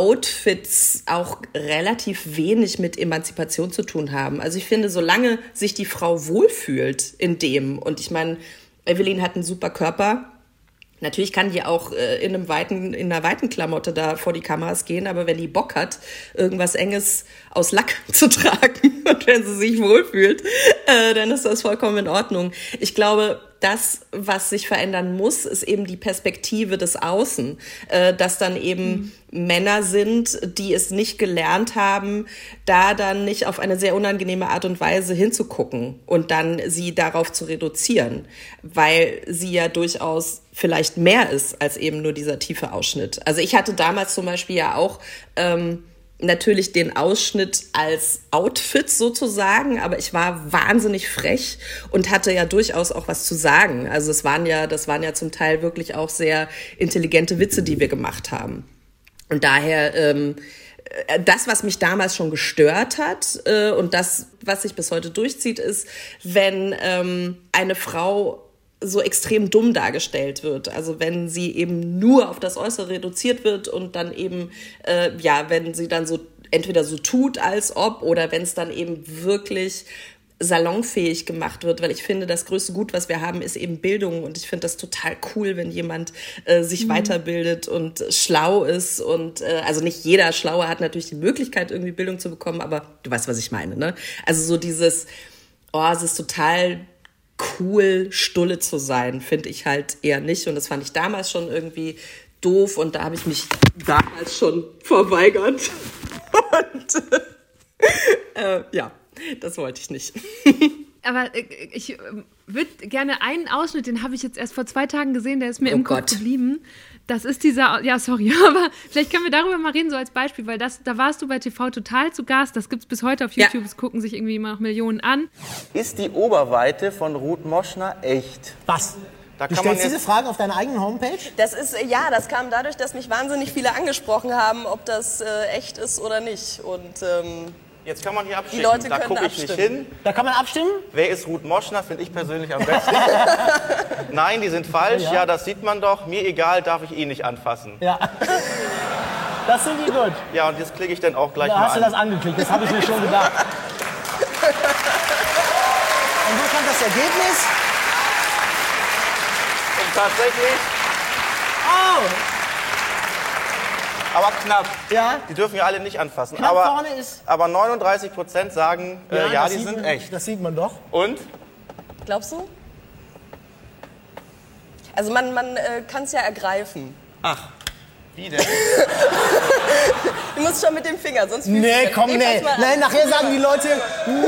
Speaker 1: Outfits auch relativ wenig mit Emanzipation zu tun haben. Also ich finde, solange sich die Frau wohlfühlt in dem, und ich meine, Evelyn hat einen super Körper, natürlich kann die auch äh, in einem weiten, in einer weiten Klamotte da vor die Kameras gehen, aber wenn die Bock hat, irgendwas Enges aus Lack zu tragen und wenn sie sich wohlfühlt, äh, dann ist das vollkommen in Ordnung. Ich glaube, das, was sich verändern muss, ist eben die Perspektive des Außen, äh, dass dann eben mhm. Männer sind, die es nicht gelernt haben, da dann nicht auf eine sehr unangenehme Art und Weise hinzugucken und dann sie darauf zu reduzieren, weil sie ja durchaus vielleicht mehr ist als eben nur dieser tiefe Ausschnitt. Also ich hatte damals zum Beispiel ja auch ähm, natürlich den Ausschnitt als Outfit sozusagen, aber ich war wahnsinnig frech und hatte ja durchaus auch was zu sagen. Also es waren ja, das waren ja zum Teil wirklich auch sehr intelligente Witze, die wir gemacht haben. Und daher ähm, das, was mich damals schon gestört hat äh, und das, was sich bis heute durchzieht, ist, wenn ähm, eine Frau so extrem dumm dargestellt wird. Also wenn sie eben nur auf das Äußere reduziert wird und dann eben, äh, ja, wenn sie dann so entweder so tut, als ob, oder wenn es dann eben wirklich salonfähig gemacht wird, weil ich finde, das größte Gut, was wir haben, ist eben Bildung und ich finde das total cool, wenn jemand äh, sich mhm. weiterbildet und schlau ist und äh, also nicht jeder Schlaue hat natürlich die Möglichkeit, irgendwie Bildung zu bekommen, aber du weißt, was ich meine, ne? Also so dieses, oh, es ist total cool, Stulle zu sein, finde ich halt eher nicht. Und das fand ich damals schon irgendwie doof und da habe ich mich damals schon verweigert. Und äh, ja, das wollte ich nicht.
Speaker 2: Aber äh, ich äh, würde gerne einen Ausschnitt, den habe ich jetzt erst vor zwei Tagen gesehen, der ist mir
Speaker 1: Oh
Speaker 2: im Kopf
Speaker 1: Gott.
Speaker 2: geblieben. Das ist dieser, ja sorry, aber vielleicht können wir darüber mal reden, so als Beispiel, weil das, da warst du bei T V Total zu Gast, das gibt es bis heute auf YouTube,
Speaker 1: Ja.
Speaker 2: es gucken sich irgendwie immer noch Millionen an.
Speaker 7: Ist die Oberweite von Ruth Moschner echt?
Speaker 9: Was?
Speaker 7: Da
Speaker 9: Du
Speaker 7: kann man
Speaker 9: stellst diese
Speaker 7: jetzt,
Speaker 9: Frage auf deiner eigenen Homepage?
Speaker 5: Das ist, äh, ja, das kam dadurch, dass mich wahnsinnig viele angesprochen haben, ob das äh, echt ist oder nicht. Und ähm,
Speaker 7: jetzt kann man hier abstimmen.
Speaker 5: Die Leute
Speaker 7: da
Speaker 5: können
Speaker 7: gucke ich nicht
Speaker 5: abstimmen.
Speaker 7: hin.
Speaker 9: Da kann man abstimmen?
Speaker 7: Wer ist Ruth Moschner, finde ich persönlich am besten. Nein, die sind falsch.
Speaker 9: Ja.
Speaker 7: Ja, das sieht man doch. Mir egal, darf ich ihn nicht anfassen.
Speaker 9: Ja. Das sind die gut.
Speaker 7: Ja, und jetzt klicke ich dann auch gleich
Speaker 9: Da
Speaker 7: mal
Speaker 9: hast du
Speaker 7: an.
Speaker 9: das angeklickt, das habe ich mir schon gedacht. Und wo kommt das Ergebnis?
Speaker 7: Und tatsächlich,
Speaker 9: Oh!
Speaker 7: aber knapp.
Speaker 9: Ja?
Speaker 7: Die dürfen ja alle nicht anfassen.
Speaker 9: Knapp
Speaker 7: aber,
Speaker 9: vorne ist-
Speaker 7: aber neununddreißig Prozent sagen, ja, äh, ja
Speaker 9: das
Speaker 7: die
Speaker 9: sieht
Speaker 7: sind
Speaker 9: man,
Speaker 7: echt.
Speaker 9: Das sieht man doch.
Speaker 7: Und?
Speaker 5: glaubst du? Also man, man äh, kann es ja ergreifen.
Speaker 7: Ach, wie denn?
Speaker 5: Du musst schon mit dem Finger, sonst fühlst
Speaker 9: Nee,
Speaker 5: du-
Speaker 9: komm,
Speaker 5: Nee,
Speaker 9: nee.
Speaker 5: pass mal an.
Speaker 9: Nein, nachher sagen die Leute, nee.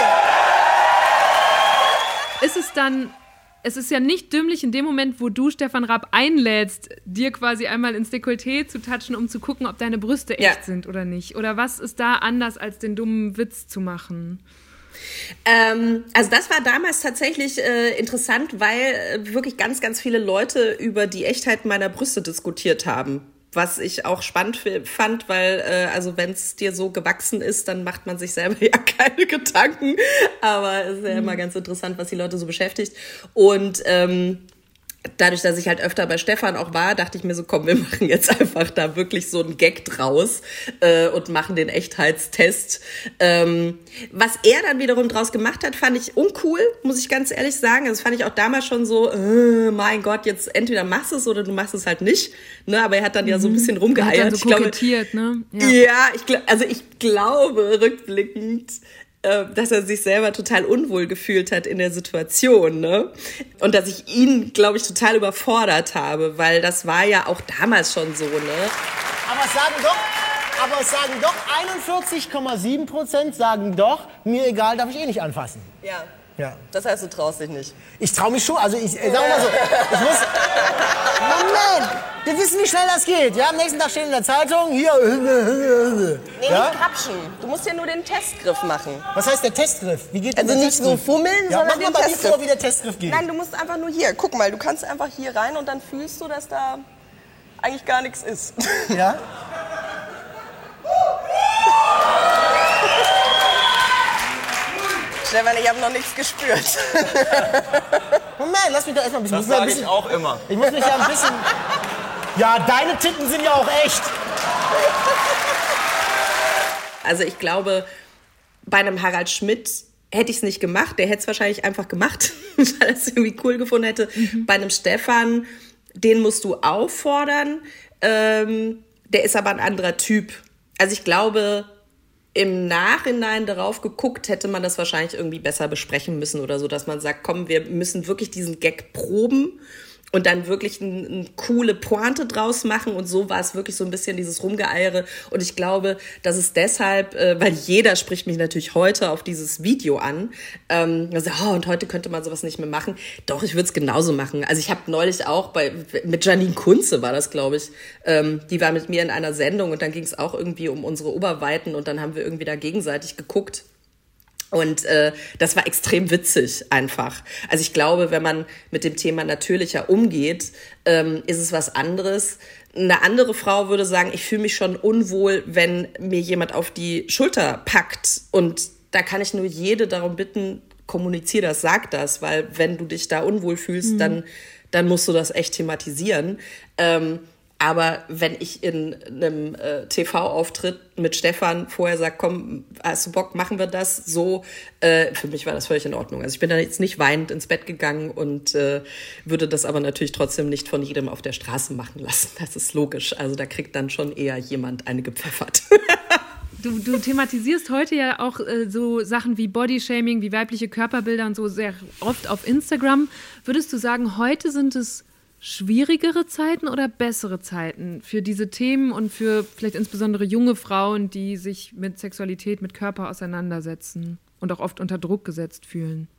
Speaker 2: Ist es dann, es ist ja nicht dümmlich in dem Moment, wo du Stefan Raab einlädst, dir quasi einmal ins Dekolleté zu touchen, um zu gucken, ob deine Brüste echt
Speaker 1: Ja.
Speaker 2: sind oder nicht. Oder was ist da anders, als den dummen Witz zu machen?
Speaker 1: Ähm, also das war damals tatsächlich äh, interessant, weil äh, wirklich ganz, ganz viele Leute über die Echtheit meiner Brüste diskutiert haben. Was ich auch spannend f- fand, weil äh, also wenn es dir so gewachsen ist, dann macht man sich selber ja keine Gedanken. Aber es ist ja immer ganz interessant, was die Leute so beschäftigt. Und ähm, dadurch, dass ich halt öfter bei Stefan auch war, dachte ich mir so, komm, wir machen jetzt einfach da wirklich so einen Gag draus äh, und machen den Echtheitstest. Ähm, was er dann wiederum draus gemacht hat, fand ich uncool, muss ich ganz ehrlich sagen. Also das fand ich auch damals schon so, äh, mein Gott, jetzt entweder machst du es oder du machst es halt nicht. Ne, aber er hat dann ja so ein bisschen
Speaker 2: Er hat
Speaker 1: rumgeeiert.
Speaker 2: dann so
Speaker 1: ich glaube,
Speaker 2: kokettiert, ne?
Speaker 1: ja, ich, gl- also ich glaube rückblickend, äh, dass er sich selber total unwohl gefühlt hat in der Situation, ne? Und dass ich ihn, glaube ich, total überfordert habe, weil das war ja auch damals schon so, ne?
Speaker 9: Aber es sagen doch, aber es sagen doch einundvierzig Komma sieben Prozent sagen doch, mir egal, darf ich eh nicht anfassen.
Speaker 5: Ja,
Speaker 9: Ja.
Speaker 5: das heißt, du traust dich nicht.
Speaker 9: Ich traue mich schon, also ich äh, sag mal so, ich muss, Moment, wir wissen, wie schnell das geht. Ja, am nächsten Tag steht in der Zeitung, hier,
Speaker 5: Nee,
Speaker 9: ja?
Speaker 5: nicht krapschen. Du musst ja nur den Testgriff machen.
Speaker 9: Was heißt der Testgriff? Wie geht denn
Speaker 5: Also
Speaker 9: der
Speaker 5: nicht so
Speaker 9: Testgriff?
Speaker 5: fummeln,
Speaker 9: Ja,
Speaker 5: sondern
Speaker 9: mach mal
Speaker 5: den
Speaker 9: bei mir
Speaker 5: Testgriff.
Speaker 9: vor, wie der Testgriff geht.
Speaker 5: Nein, du musst einfach nur hier. Guck mal, du kannst einfach hier rein und dann fühlst du, dass da eigentlich gar nichts ist.
Speaker 9: Ja?
Speaker 5: Stefan, ich habe noch nichts gespürt.
Speaker 9: Moment, lass mich doch erstmal ein bisschen...
Speaker 7: Das
Speaker 9: muss mir ein
Speaker 7: sage ich
Speaker 9: bisschen
Speaker 7: auch immer.
Speaker 9: ich muss mich ja ein bisschen... Ja, deine Titten sind ja auch echt.
Speaker 1: Also ich glaube, bei einem Harald Schmidt hätte ich es nicht gemacht. Der hätte es wahrscheinlich einfach gemacht, weil er es irgendwie cool gefunden hätte. Mhm. Bei einem Stefan, den musst du auffordern. Ähm, der ist aber ein anderer Typ. Also ich glaube, im Nachhinein darauf geguckt, hätte man das wahrscheinlich irgendwie besser besprechen müssen oder so, dass man sagt, komm, wir müssen wirklich diesen Gag proben und dann wirklich eine ein coole Pointe draus machen. Und so war es wirklich so ein bisschen dieses Rumgeeiere. Und ich glaube, dass es deshalb, äh, weil jeder spricht mich natürlich heute auf dieses Video an, ähm, also, oh, und heute könnte man sowas nicht mehr machen. Doch, ich würde es genauso machen. Also ich habe neulich auch bei mit Janine Kunze war das, glaube ich, ähm, die war mit mir in einer Sendung und dann ging es auch irgendwie um unsere Oberweiten und dann haben wir irgendwie da gegenseitig geguckt. Und äh, das war extrem witzig einfach. Also ich glaube, wenn man mit dem Thema natürlicher umgeht, ähm, ist es was anderes. Eine andere Frau würde sagen, ich fühle mich schon unwohl, wenn mir jemand auf die Schulter packt. Und da kann ich nur jede darum bitten, kommunizier das, sag das. Weil wenn du dich da unwohl fühlst, mhm. dann, dann musst du das echt thematisieren. Ähm, Aber wenn ich in einem äh, T V-Auftritt mit Stefan vorher sage, komm, hast du Bock, machen wir das so, äh, für mich war das völlig in Ordnung. Also ich bin da jetzt nicht weinend ins Bett gegangen und äh, würde das aber natürlich trotzdem nicht von jedem auf der Straße machen lassen. Das ist logisch. Also da kriegt dann schon eher jemand eine gepfeffert.
Speaker 2: du, du thematisierst heute ja auch äh, so Sachen wie Bodyshaming, wie weibliche Körperbilder und so sehr oft auf Instagram. Würdest du sagen, heute sind es schwierigere Zeiten oder bessere Zeiten für diese Themen und für vielleicht insbesondere junge Frauen, die sich mit Sexualität, mit Körper auseinandersetzen und auch oft unter Druck gesetzt fühlen?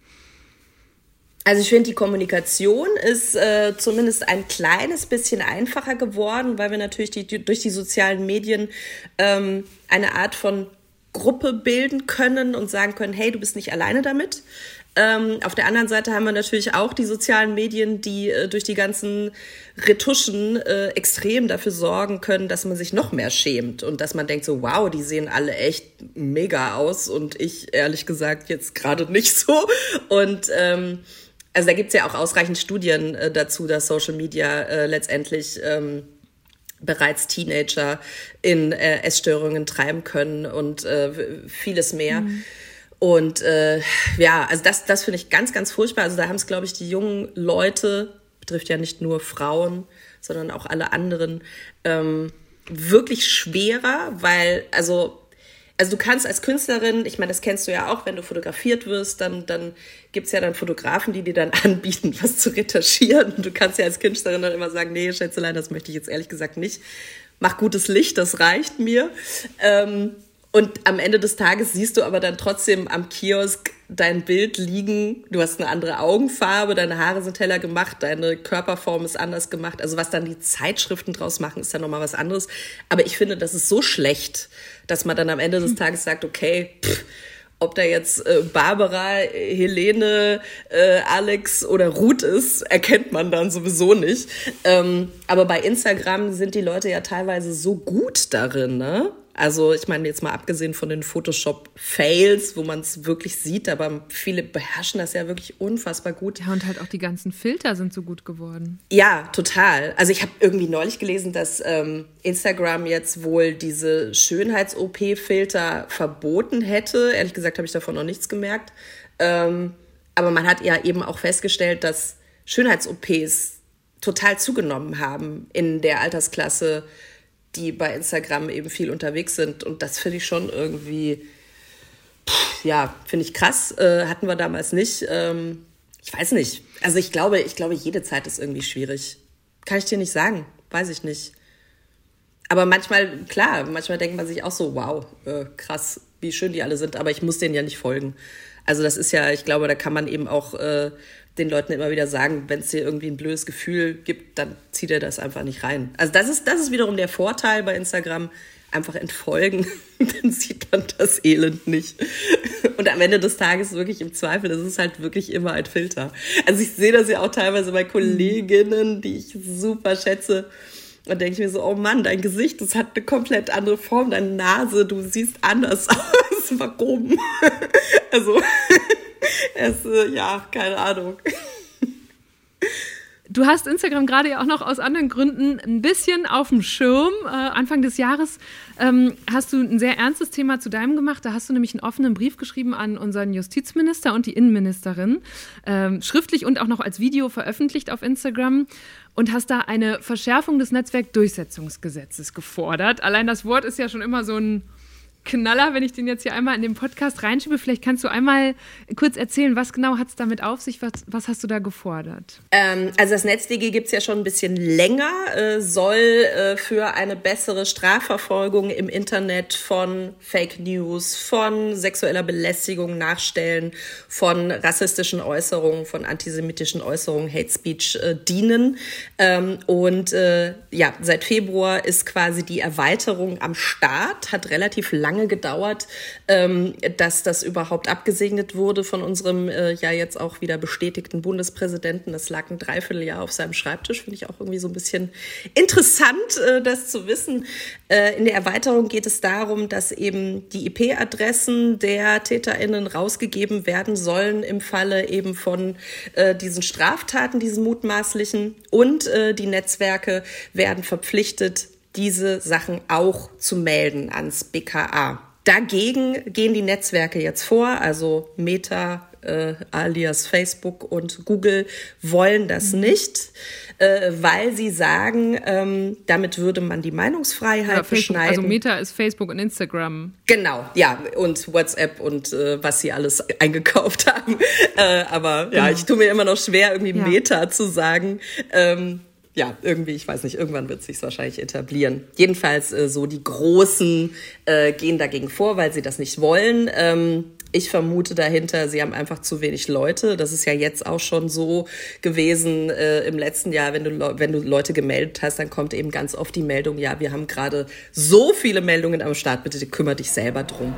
Speaker 1: Also ich finde, die Kommunikation ist äh, zumindest ein kleines bisschen einfacher geworden, weil wir natürlich die, die, durch die sozialen Medien ähm, eine Art von Gruppe bilden können und sagen können, hey, du bist nicht alleine damit. Ähm, auf der anderen Seite haben wir natürlich auch die sozialen Medien, die äh, durch die ganzen Retuschen äh, extrem dafür sorgen können, dass man sich noch mehr schämt und dass man denkt so, wow, die sehen alle echt mega aus und ich ehrlich gesagt jetzt gerade nicht so. Und ähm, also da gibt's ja auch ausreichend Studien äh, dazu, dass Social Media äh, letztendlich ähm, bereits Teenager in äh, Essstörungen treiben können und äh, vieles mehr. Mhm. Und äh, ja, also das, das finde ich ganz, ganz furchtbar. Also da haben es, glaube ich, die jungen Leute, betrifft ja nicht nur Frauen, sondern auch alle anderen, ähm, wirklich schwerer, weil, also, also du kannst als Künstlerin, ich meine, das kennst du ja auch, wenn du fotografiert wirst, dann, dann gibt's ja dann Fotografen, die dir dann anbieten, was zu retuschieren. Und du kannst ja als Künstlerin dann immer sagen, nee, Schätzelein, das möchte ich jetzt ehrlich gesagt nicht. Mach gutes Licht, das reicht mir. Ähm, Und am Ende des Tages siehst du aber dann trotzdem am Kiosk dein Bild liegen. Du hast eine andere Augenfarbe, deine Haare sind heller gemacht, deine Körperform ist anders gemacht. Also was dann die Zeitschriften draus machen, ist dann nochmal was anderes. Aber ich finde, das ist so schlecht, dass man dann am Ende des Tages sagt, okay, pff, ob da jetzt äh, Barbara, Helene, äh, Alex oder Ruth ist, erkennt man dann sowieso nicht. Ähm, aber bei Instagram sind die Leute ja teilweise so gut darin, ne? Also ich meine jetzt mal abgesehen von den Photoshop-Fails, wo man es wirklich sieht, aber viele beherrschen das ja wirklich unfassbar gut.
Speaker 2: Ja, und halt auch die ganzen Filter sind so gut geworden.
Speaker 1: Ja, total. Also ich habe irgendwie neulich gelesen, dass ähm, Instagram jetzt wohl diese Schönheits-O P-Filter verboten hätte. Ehrlich gesagt habe ich davon noch nichts gemerkt. Ähm, aber man hat ja eben auch festgestellt, dass Schönheits-O Ps total zugenommen haben in der Altersklasse, die bei Instagram eben viel unterwegs sind. Und das finde ich schon irgendwie, pff, ja, finde ich krass. Äh, hatten wir damals nicht. Ähm, ich weiß nicht. Also ich glaube, ich glaube, jede Zeit ist irgendwie schwierig. Kann ich dir nicht sagen. Weiß ich nicht. Aber manchmal, klar, manchmal denkt man sich auch so, wow, äh, krass, wie schön die alle sind. Aber ich muss denen ja nicht folgen. Also das ist ja, ich glaube, da kann man eben auch äh, den Leuten immer wieder sagen, wenn es dir irgendwie ein blödes Gefühl gibt, dann zieh dir das einfach nicht rein. Also das ist, das ist wiederum der Vorteil bei Instagram, einfach entfolgen, dann sieht man das Elend nicht. Und am Ende des Tages wirklich im Zweifel, das ist halt wirklich immer ein Filter. Also ich sehe das ja auch teilweise bei Kolleginnen, die ich super schätze. Und denke ich mir so, oh Mann, dein Gesicht, das hat eine komplett andere Form, deine Nase, du siehst anders aus. Warum? Also, es, ja, keine Ahnung.
Speaker 2: Du hast Instagram gerade ja auch noch aus anderen Gründen ein bisschen auf dem Schirm. Äh, Anfang des Jahres ähm, hast du ein sehr ernstes Thema zu deinem gemacht. Da hast du nämlich einen offenen Brief geschrieben an unseren Justizminister und die Innenministerin, ähm, schriftlich und auch noch als Video veröffentlicht auf Instagram, und hast da eine Verschärfung des Netzwerkdurchsetzungsgesetzes gefordert. Allein das Wort ist ja schon immer so ein Knaller, wenn ich den jetzt hier einmal in den Podcast reinschiebe. Vielleicht kannst du einmal kurz erzählen, was genau hat es damit auf sich? Was, was hast du da gefordert?
Speaker 1: Ähm, also das NetzDG gibt es ja schon ein bisschen länger, äh, soll äh, für eine bessere Strafverfolgung im Internet von Fake News, von sexueller Belästigung, Nachstellen, von rassistischen Äußerungen, von antisemitischen Äußerungen, Hate Speech äh, dienen. Ähm, und äh, ja, seit Februar ist quasi die Erweiterung am Start, hat relativ lange lange gedauert, ähm, dass das überhaupt abgesegnet wurde von unserem äh, ja jetzt auch wieder bestätigten Bundespräsidenten. Das lag ein Dreivierteljahr auf seinem Schreibtisch. Finde ich auch irgendwie so ein bisschen interessant, äh, das zu wissen. Äh, in der Erweiterung geht es darum, dass eben die I P-Adressen der TäterInnen rausgegeben werden sollen im Falle eben von äh, diesen Straftaten, diesen mutmaßlichen. Und äh, die Netzwerke werden verpflichtet, diese Sachen auch zu melden ans B K A. Dagegen gehen die Netzwerke jetzt vor, also Meta, äh, alias Facebook und Google wollen das nicht, äh, weil sie sagen, ähm, damit würde man die Meinungsfreiheit
Speaker 2: ja, Facebook,
Speaker 1: beschneiden.
Speaker 2: Also Meta ist Facebook und Instagram.
Speaker 1: Genau, ja, und WhatsApp und äh, was sie alles eingekauft haben. Äh, aber ja, genau. Ich tue mir immer noch schwer, irgendwie ja. Meta zu sagen. Ähm, Ja, irgendwie, ich weiß nicht, irgendwann wird es sich wahrscheinlich etablieren. Jedenfalls äh, so die Großen äh, gehen dagegen vor, weil sie das nicht wollen. Ähm, ich vermute dahinter, sie haben einfach zu wenig Leute. Das ist ja jetzt auch schon so gewesen äh, im letzten Jahr, wenn du, wenn du Leute gemeldet hast, dann kommt eben ganz oft die Meldung, ja, wir haben gerade so viele Meldungen am Start, bitte kümmere dich selber drum.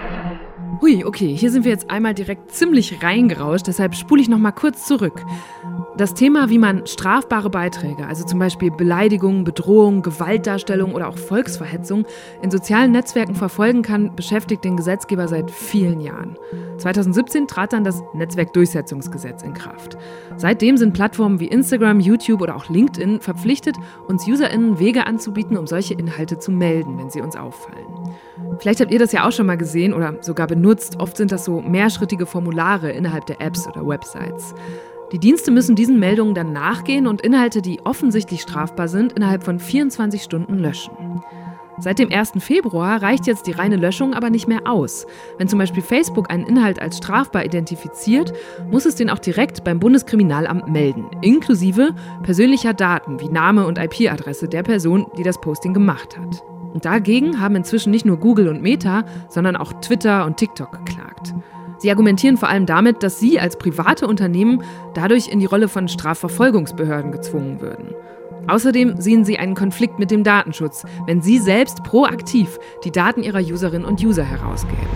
Speaker 2: Hui, okay, hier sind wir jetzt einmal direkt ziemlich reingerauscht, deshalb spule ich noch mal kurz zurück. Das Thema, wie man strafbare Beiträge, also zum Beispiel Beleidigung, Bedrohung, Gewaltdarstellung oder auch Volksverhetzung in sozialen Netzwerken verfolgen kann, beschäftigt den Gesetzgeber seit vielen Jahren. zweitausendsiebzehn trat dann das Netzwerkdurchsetzungsgesetz in Kraft. Seitdem sind Plattformen wie Instagram, YouTube oder auch LinkedIn verpflichtet, uns UserInnen Wege anzubieten, um solche Inhalte zu melden, wenn sie uns auffallen. Vielleicht habt ihr das ja auch schon mal gesehen oder sogar benutzt. Oft sind das so mehrschrittige Formulare innerhalb der Apps oder Websites. Die Dienste müssen diesen Meldungen dann nachgehen und Inhalte, die offensichtlich strafbar sind, innerhalb von vierundzwanzig Stunden löschen. Seit dem ersten Februar reicht jetzt die reine Löschung aber nicht mehr aus. Wenn zum Beispiel Facebook einen Inhalt als strafbar identifiziert, muss es den auch direkt beim Bundeskriminalamt melden, inklusive persönlicher Daten wie Name und I P-Adresse der Person, die das Posting gemacht hat. Und dagegen haben inzwischen nicht nur Google und Meta, sondern auch Twitter und TikTok geklagt. Sie argumentieren vor allem damit, dass sie als private Unternehmen dadurch in die Rolle von Strafverfolgungsbehörden gezwungen würden. Außerdem sehen sie einen Konflikt mit dem Datenschutz, wenn sie selbst proaktiv die Daten ihrer Userinnen und User herausgeben.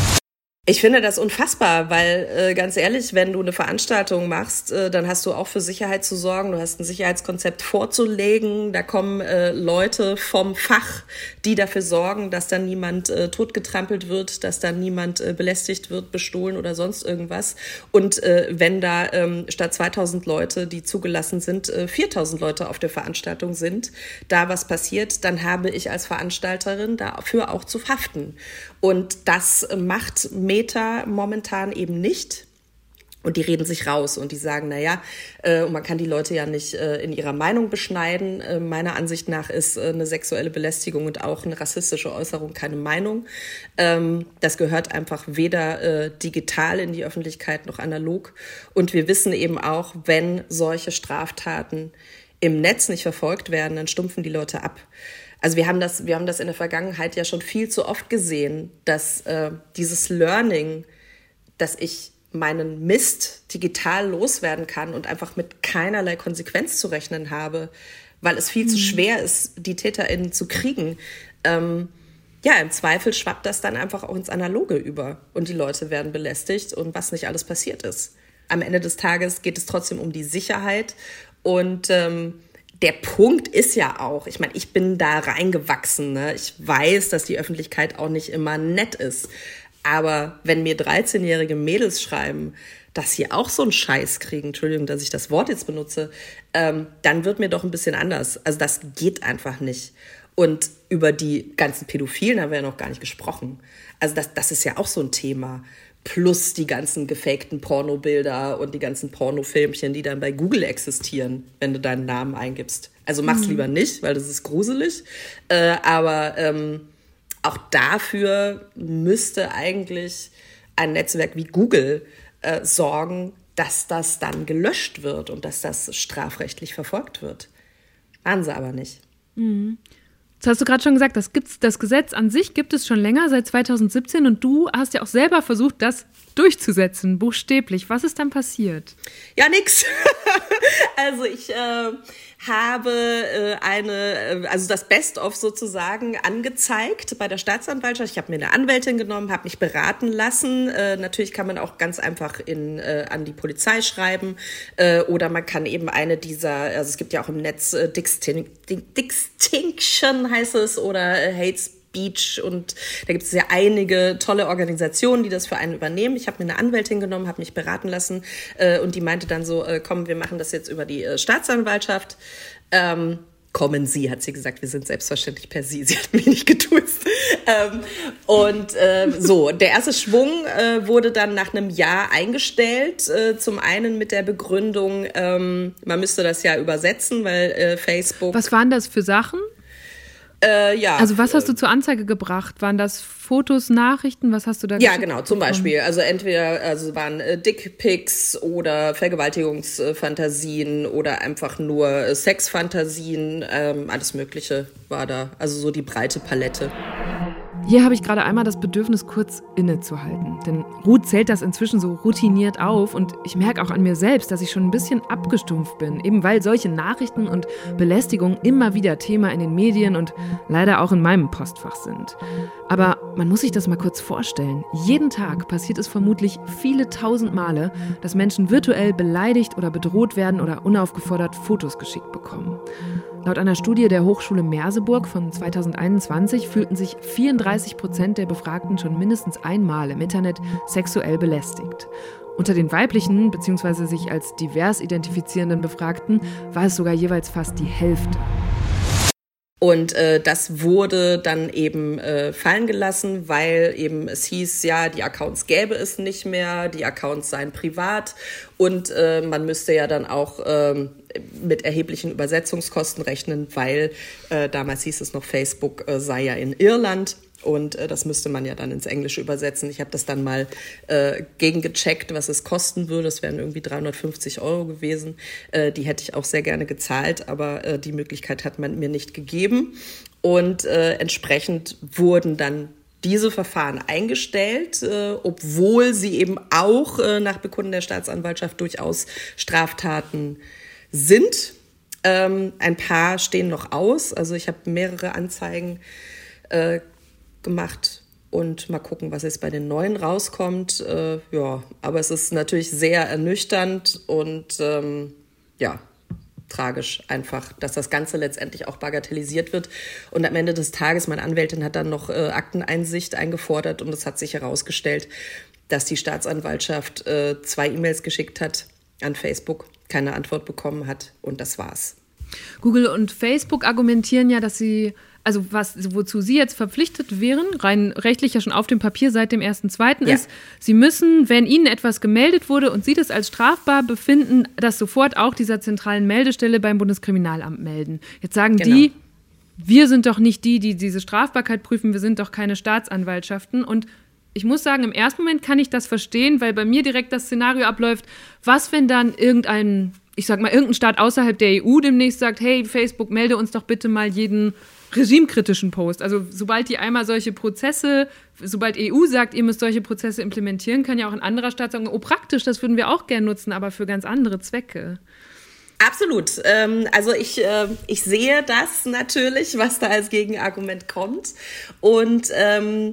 Speaker 1: Ich finde das unfassbar, weil äh, ganz ehrlich, wenn du eine Veranstaltung machst, äh, dann hast du auch für Sicherheit zu sorgen, du hast ein Sicherheitskonzept vorzulegen, da kommen äh, Leute vom Fach, die dafür sorgen, dass dann niemand äh, totgetrampelt wird, dass dann niemand äh, belästigt wird, bestohlen oder sonst irgendwas. Und äh, wenn da ähm, statt zweitausend Leute, die zugelassen sind, äh, viertausend Leute auf der Veranstaltung sind, da was passiert, dann habe ich als Veranstalterin dafür auch zu haften. Und das macht Meta momentan eben nicht. Und die reden sich raus und die sagen, naja, äh, man kann die Leute ja nicht äh, in ihrer Meinung beschneiden. Äh, meiner Ansicht nach ist äh, eine sexuelle Belästigung und auch eine rassistische Äußerung keine Meinung. Ähm, das gehört einfach weder äh, digital in die Öffentlichkeit noch analog. Und wir wissen eben auch, wenn solche Straftaten im Netz nicht verfolgt werden, dann stumpfen die Leute ab. Also wir haben das, wir haben das in der Vergangenheit ja schon viel zu oft gesehen, dass äh, dieses Learning, dass ich meinen Mist digital loswerden kann und einfach mit keinerlei Konsequenz zu rechnen habe, weil es viel mhm. zu schwer ist, die TäterInnen zu kriegen. Ähm, ja, im Zweifel schwappt das dann einfach auch ins Analoge über und die Leute werden belästigt und was nicht alles passiert ist. Am Ende des Tages geht es trotzdem um die Sicherheit und ähm, der Punkt ist ja auch, ich meine, ich bin da reingewachsen, ne? Ich weiß, dass die Öffentlichkeit auch nicht immer nett ist. Aber wenn mir dreizehnjährige Mädels schreiben, dass sie auch so einen Scheiß kriegen, Entschuldigung, dass ich das Wort jetzt benutze, ähm, dann wird mir doch ein bisschen anders. Also das geht einfach nicht. Und über die ganzen Pädophilen haben wir ja noch gar nicht gesprochen. Also das, das ist ja auch so ein Thema. Plus die ganzen gefakten Pornobilder und die ganzen Pornofilmchen, die dann bei Google existieren, wenn du deinen Namen eingibst. Also mach's mhm. lieber nicht, weil das ist gruselig. Äh, aber ähm, auch dafür müsste eigentlich ein Netzwerk wie Google äh, sorgen, dass das dann gelöscht wird und dass das strafrechtlich verfolgt wird. Machen sie aber nicht.
Speaker 2: Mhm. Das hast du gerade schon gesagt, das, gibt's, das Gesetz an sich gibt es schon länger, seit zweitausendsiebzehn. Und du hast ja auch selber versucht, das durchzusetzen, buchstäblich. Was ist dann passiert?
Speaker 1: Ja, nix. Also ich äh, habe äh, eine, also das Best-of sozusagen angezeigt bei der Staatsanwaltschaft. Ich habe mir eine Anwältin genommen, habe mich beraten lassen. Äh, natürlich kann man auch ganz einfach in, äh, an die Polizei schreiben äh, oder man kann eben eine dieser, also es gibt ja auch im Netz äh, Distinction heißt es oder äh, Hate Speech und da gibt es ja einige tolle Organisationen, die das für einen übernehmen. Ich habe mir eine Anwältin genommen, habe mich beraten lassen äh, und die meinte dann so, äh, komm, wir machen das jetzt über die äh, Staatsanwaltschaft. Ähm, kommen Sie, hat sie gesagt. Wir sind selbstverständlich per Sie. Sie hat mich nicht geduzt. Ähm, und äh, so, der erste Schwung äh, wurde dann nach einem Jahr eingestellt. Äh, zum einen mit der Begründung, ähm, man müsste das ja übersetzen, weil äh, Facebook...
Speaker 2: Was waren das für Sachen?
Speaker 1: Äh, ja.
Speaker 2: Also was hast du zur Anzeige gebracht? Waren das Fotos, Nachrichten? Was hast du da
Speaker 1: Ja,
Speaker 2: geschickt
Speaker 1: genau, zum
Speaker 2: bekommen?
Speaker 1: Beispiel. Also entweder also waren äh, Dickpics oder Vergewaltigungsfantasien oder einfach nur äh, Sexfantasien. Ähm, alles Mögliche war da. Also so die breite Palette.
Speaker 2: Hier habe ich gerade einmal das Bedürfnis, kurz innezuhalten. Denn Ruth zählt das inzwischen so routiniert auf und ich merke auch an mir selbst, dass ich schon ein bisschen abgestumpft bin, eben weil solche Nachrichten und Belästigungen immer wieder Thema in den Medien und leider auch in meinem Postfach sind. Aber man muss sich das mal kurz vorstellen. Jeden Tag passiert es vermutlich viele tausend Male, dass Menschen virtuell beleidigt oder bedroht werden oder unaufgefordert Fotos geschickt bekommen. Laut einer Studie der Hochschule Merseburg von zweitausendeinundzwanzig fühlten sich vierunddreißig Prozent der Befragten schon mindestens einmal im Internet sexuell belästigt. Unter den weiblichen bzw. sich als divers identifizierenden Befragten war es sogar jeweils fast die Hälfte.
Speaker 1: Und äh, das wurde dann eben äh, fallen gelassen, weil eben es hieß, ja, die Accounts gäbe es nicht mehr, die Accounts seien privat und äh, man müsste ja dann auch ähm, mit erheblichen Übersetzungskosten rechnen, weil äh, damals hieß es noch, Facebook äh, sei ja in Irland. Und äh, das müsste man ja dann ins Englische übersetzen. Ich habe das dann mal äh, gegengecheckt, was es kosten würde. Das wären irgendwie dreihundertfünfzig Euro gewesen. Äh, die hätte ich auch sehr gerne gezahlt, aber äh, die Möglichkeit hat man mir nicht gegeben. Und äh, entsprechend wurden dann diese Verfahren eingestellt, äh, obwohl sie eben auch äh, nach Bekunden der Staatsanwaltschaft durchaus Straftaten sind. Ähm, ein paar stehen noch aus. Also ich habe mehrere Anzeigen äh, gemacht und mal gucken, was jetzt bei den neuen rauskommt. Äh, ja, aber es ist natürlich sehr ernüchternd und ähm, ja, tragisch einfach, dass das Ganze letztendlich auch bagatellisiert wird. Und am Ende des Tages, meine Anwältin hat dann noch äh, Akteneinsicht eingefordert und es hat sich herausgestellt, dass die Staatsanwaltschaft äh, zwei E-Mails geschickt hat an Facebook, keine Antwort bekommen hat und das war's.
Speaker 2: Google und Facebook argumentieren ja, dass sie, also was, wozu sie jetzt verpflichtet wären, rein rechtlich ja schon auf dem Papier seit dem ersten zweiten Ja. ist, sie müssen, wenn ihnen etwas gemeldet wurde und sie das als strafbar befinden, das sofort auch dieser zentralen Meldestelle beim Bundeskriminalamt melden. Jetzt sagen
Speaker 1: Genau.
Speaker 2: die, wir sind doch nicht die, die diese Strafbarkeit prüfen, wir sind doch keine Staatsanwaltschaften und ich muss sagen, im ersten Moment kann ich das verstehen, weil bei mir direkt das Szenario abläuft, was, wenn dann irgendein, ich sag mal, irgendein Staat außerhalb der E U demnächst sagt, hey, Facebook, melde uns doch bitte mal jeden regimekritischen Post. Also sobald die einmal solche Prozesse, sobald E U sagt, ihr müsst solche Prozesse implementieren, kann ja auch ein anderer Staat sagen, oh praktisch, das würden wir auch gern nutzen, aber für ganz andere Zwecke.
Speaker 1: Absolut. Ähm, also ich, äh, ich sehe das natürlich, was da als Gegenargument kommt und ähm,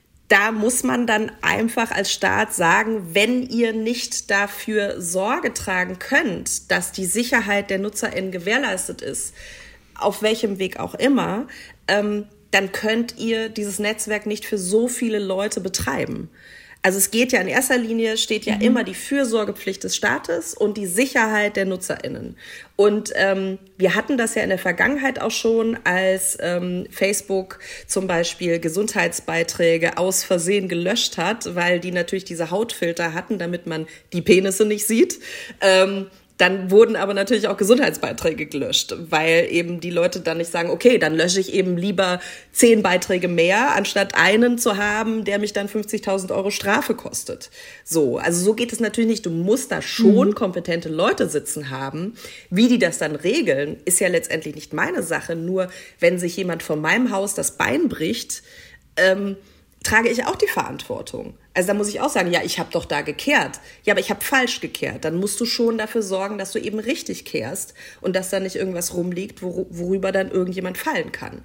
Speaker 1: da muss man dann einfach als Staat sagen, wenn ihr nicht dafür Sorge tragen könnt, dass die Sicherheit der NutzerInnen gewährleistet ist, auf welchem Weg auch immer, ähm, dann könnt ihr dieses Netzwerk nicht für so viele Leute betreiben. Also es geht ja in erster Linie, steht ja mhm. immer die Fürsorgepflicht des Staates und die Sicherheit der NutzerInnen. Und ähm, wir hatten das ja in der Vergangenheit auch schon, als ähm, Facebook zum Beispiel Gesundheitsbeiträge aus Versehen gelöscht hat, weil die natürlich diese Hautfilter hatten, damit man die Penisse nicht sieht. Ähm, Dann wurden aber natürlich auch Gesundheitsbeiträge gelöscht, weil eben die Leute dann nicht sagen, okay, dann lösche ich eben lieber zehn Beiträge mehr, anstatt einen zu haben, der mich dann fünfzigtausend Euro Strafe kostet. So, also so geht es natürlich nicht. Du musst da schon mhm. kompetente Leute sitzen haben. Wie die das dann regeln, ist ja letztendlich nicht meine Sache. Nur wenn sich jemand vor meinem Haus das Bein bricht, ähm, trage ich auch die Verantwortung. Also da muss ich auch sagen, ja, ich habe doch da gekehrt. Ja, aber ich habe falsch gekehrt. Dann musst du schon dafür sorgen, dass du eben richtig kehrst und dass da nicht irgendwas rumliegt, wor- worüber dann irgendjemand fallen kann.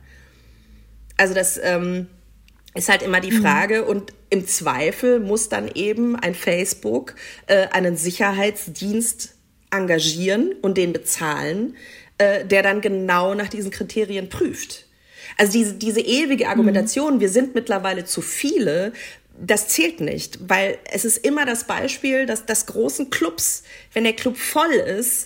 Speaker 1: Also das ähm, ist halt immer die Frage. Mhm. Und im Zweifel muss dann eben ein Facebook äh, einen Sicherheitsdienst engagieren und den bezahlen, äh, der dann genau nach diesen Kriterien prüft. Also diese, diese ewige Argumentation, mhm. wir sind mittlerweile zu viele, das zählt nicht, weil es ist immer das Beispiel, dass das großen Clubs, wenn der Club voll ist,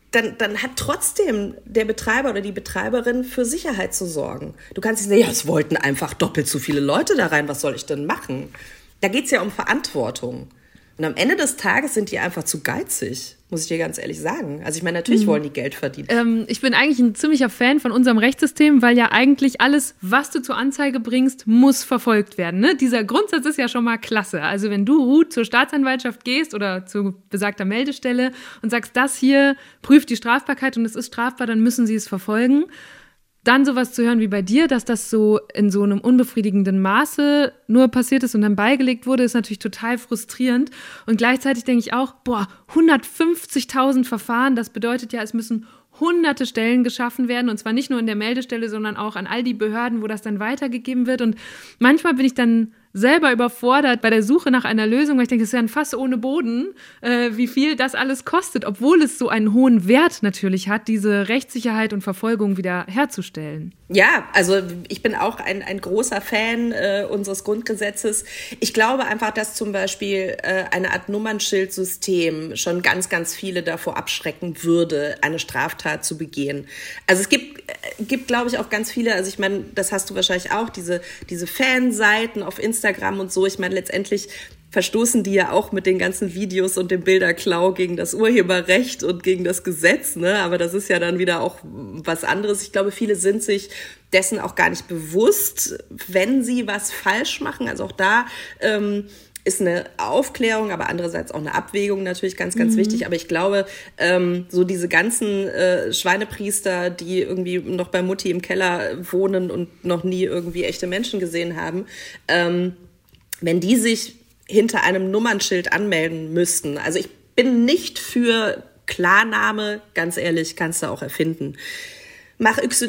Speaker 1: dann, dann hat trotzdem der Betreiber oder die Betreiberin für Sicherheit zu sorgen. Du kannst nicht sagen, ja, es wollten einfach doppelt so viele Leute da rein, was soll ich denn machen? Da geht's ja um Verantwortung. Und am Ende des Tages sind die einfach zu geizig, muss ich dir ganz ehrlich sagen. Also ich meine, natürlich mhm. wollen die Geld verdienen.
Speaker 2: Ähm, ich bin eigentlich ein ziemlicher Fan von unserem Rechtssystem, weil ja eigentlich alles, was du zur Anzeige bringst, muss verfolgt werden. Ne? Dieser Grundsatz ist ja schon mal klasse. Also wenn du, Ruth, zur Staatsanwaltschaft gehst oder zu besagter Meldestelle und sagst, das hier prüft die Strafbarkeit und es ist strafbar, dann müssen sie es verfolgen. Dann sowas zu hören wie bei dir, dass das so in so einem unbefriedigenden Maße nur passiert ist und dann beigelegt wurde, ist natürlich total frustrierend. Und gleichzeitig denke ich auch, boah, hundertfünfzigtausend Verfahren, das bedeutet ja, es müssen hunderte Stellen geschaffen werden. Und zwar nicht nur in der Meldestelle, sondern auch an all die Behörden, wo das dann weitergegeben wird. Und manchmal bin ich dann selber überfordert bei der Suche nach einer Lösung, weil ich denke, es ist ja ein Fass ohne Boden, äh, wie viel das alles kostet, obwohl es so einen hohen Wert natürlich hat, diese Rechtssicherheit und Verfolgung wieder herzustellen.
Speaker 1: Ja, also ich bin auch ein, ein großer Fan äh, unseres Grundgesetzes. Ich glaube einfach, dass zum Beispiel äh, eine Art Nummernschildsystem schon ganz, ganz viele davor abschrecken würde, eine Straftat zu begehen. Also es gibt, äh, gibt glaube ich, auch ganz viele, also ich meine, das hast du wahrscheinlich auch, diese, diese Fanseiten auf Instagram und so. Ich meine, letztendlich verstoßen die ja auch mit den ganzen Videos und dem Bilderklau gegen das Urheberrecht und gegen das Gesetz, ne? Aber das ist ja dann wieder auch was anderes. Ich glaube, viele sind sich dessen auch gar nicht bewusst, wenn sie was falsch machen. Also auch da ähm, ist eine Aufklärung, aber andererseits auch eine Abwägung natürlich ganz, ganz mhm. wichtig. Aber ich glaube, ähm, so diese ganzen äh, Schweinepriester, die irgendwie noch bei Mutti im Keller wohnen und noch nie irgendwie echte Menschen gesehen haben, ähm, wenn die sich hinter einem Nummernschild anmelden müssten. Also ich bin nicht für Klarname, ganz ehrlich, kannst du auch erfinden. Mach X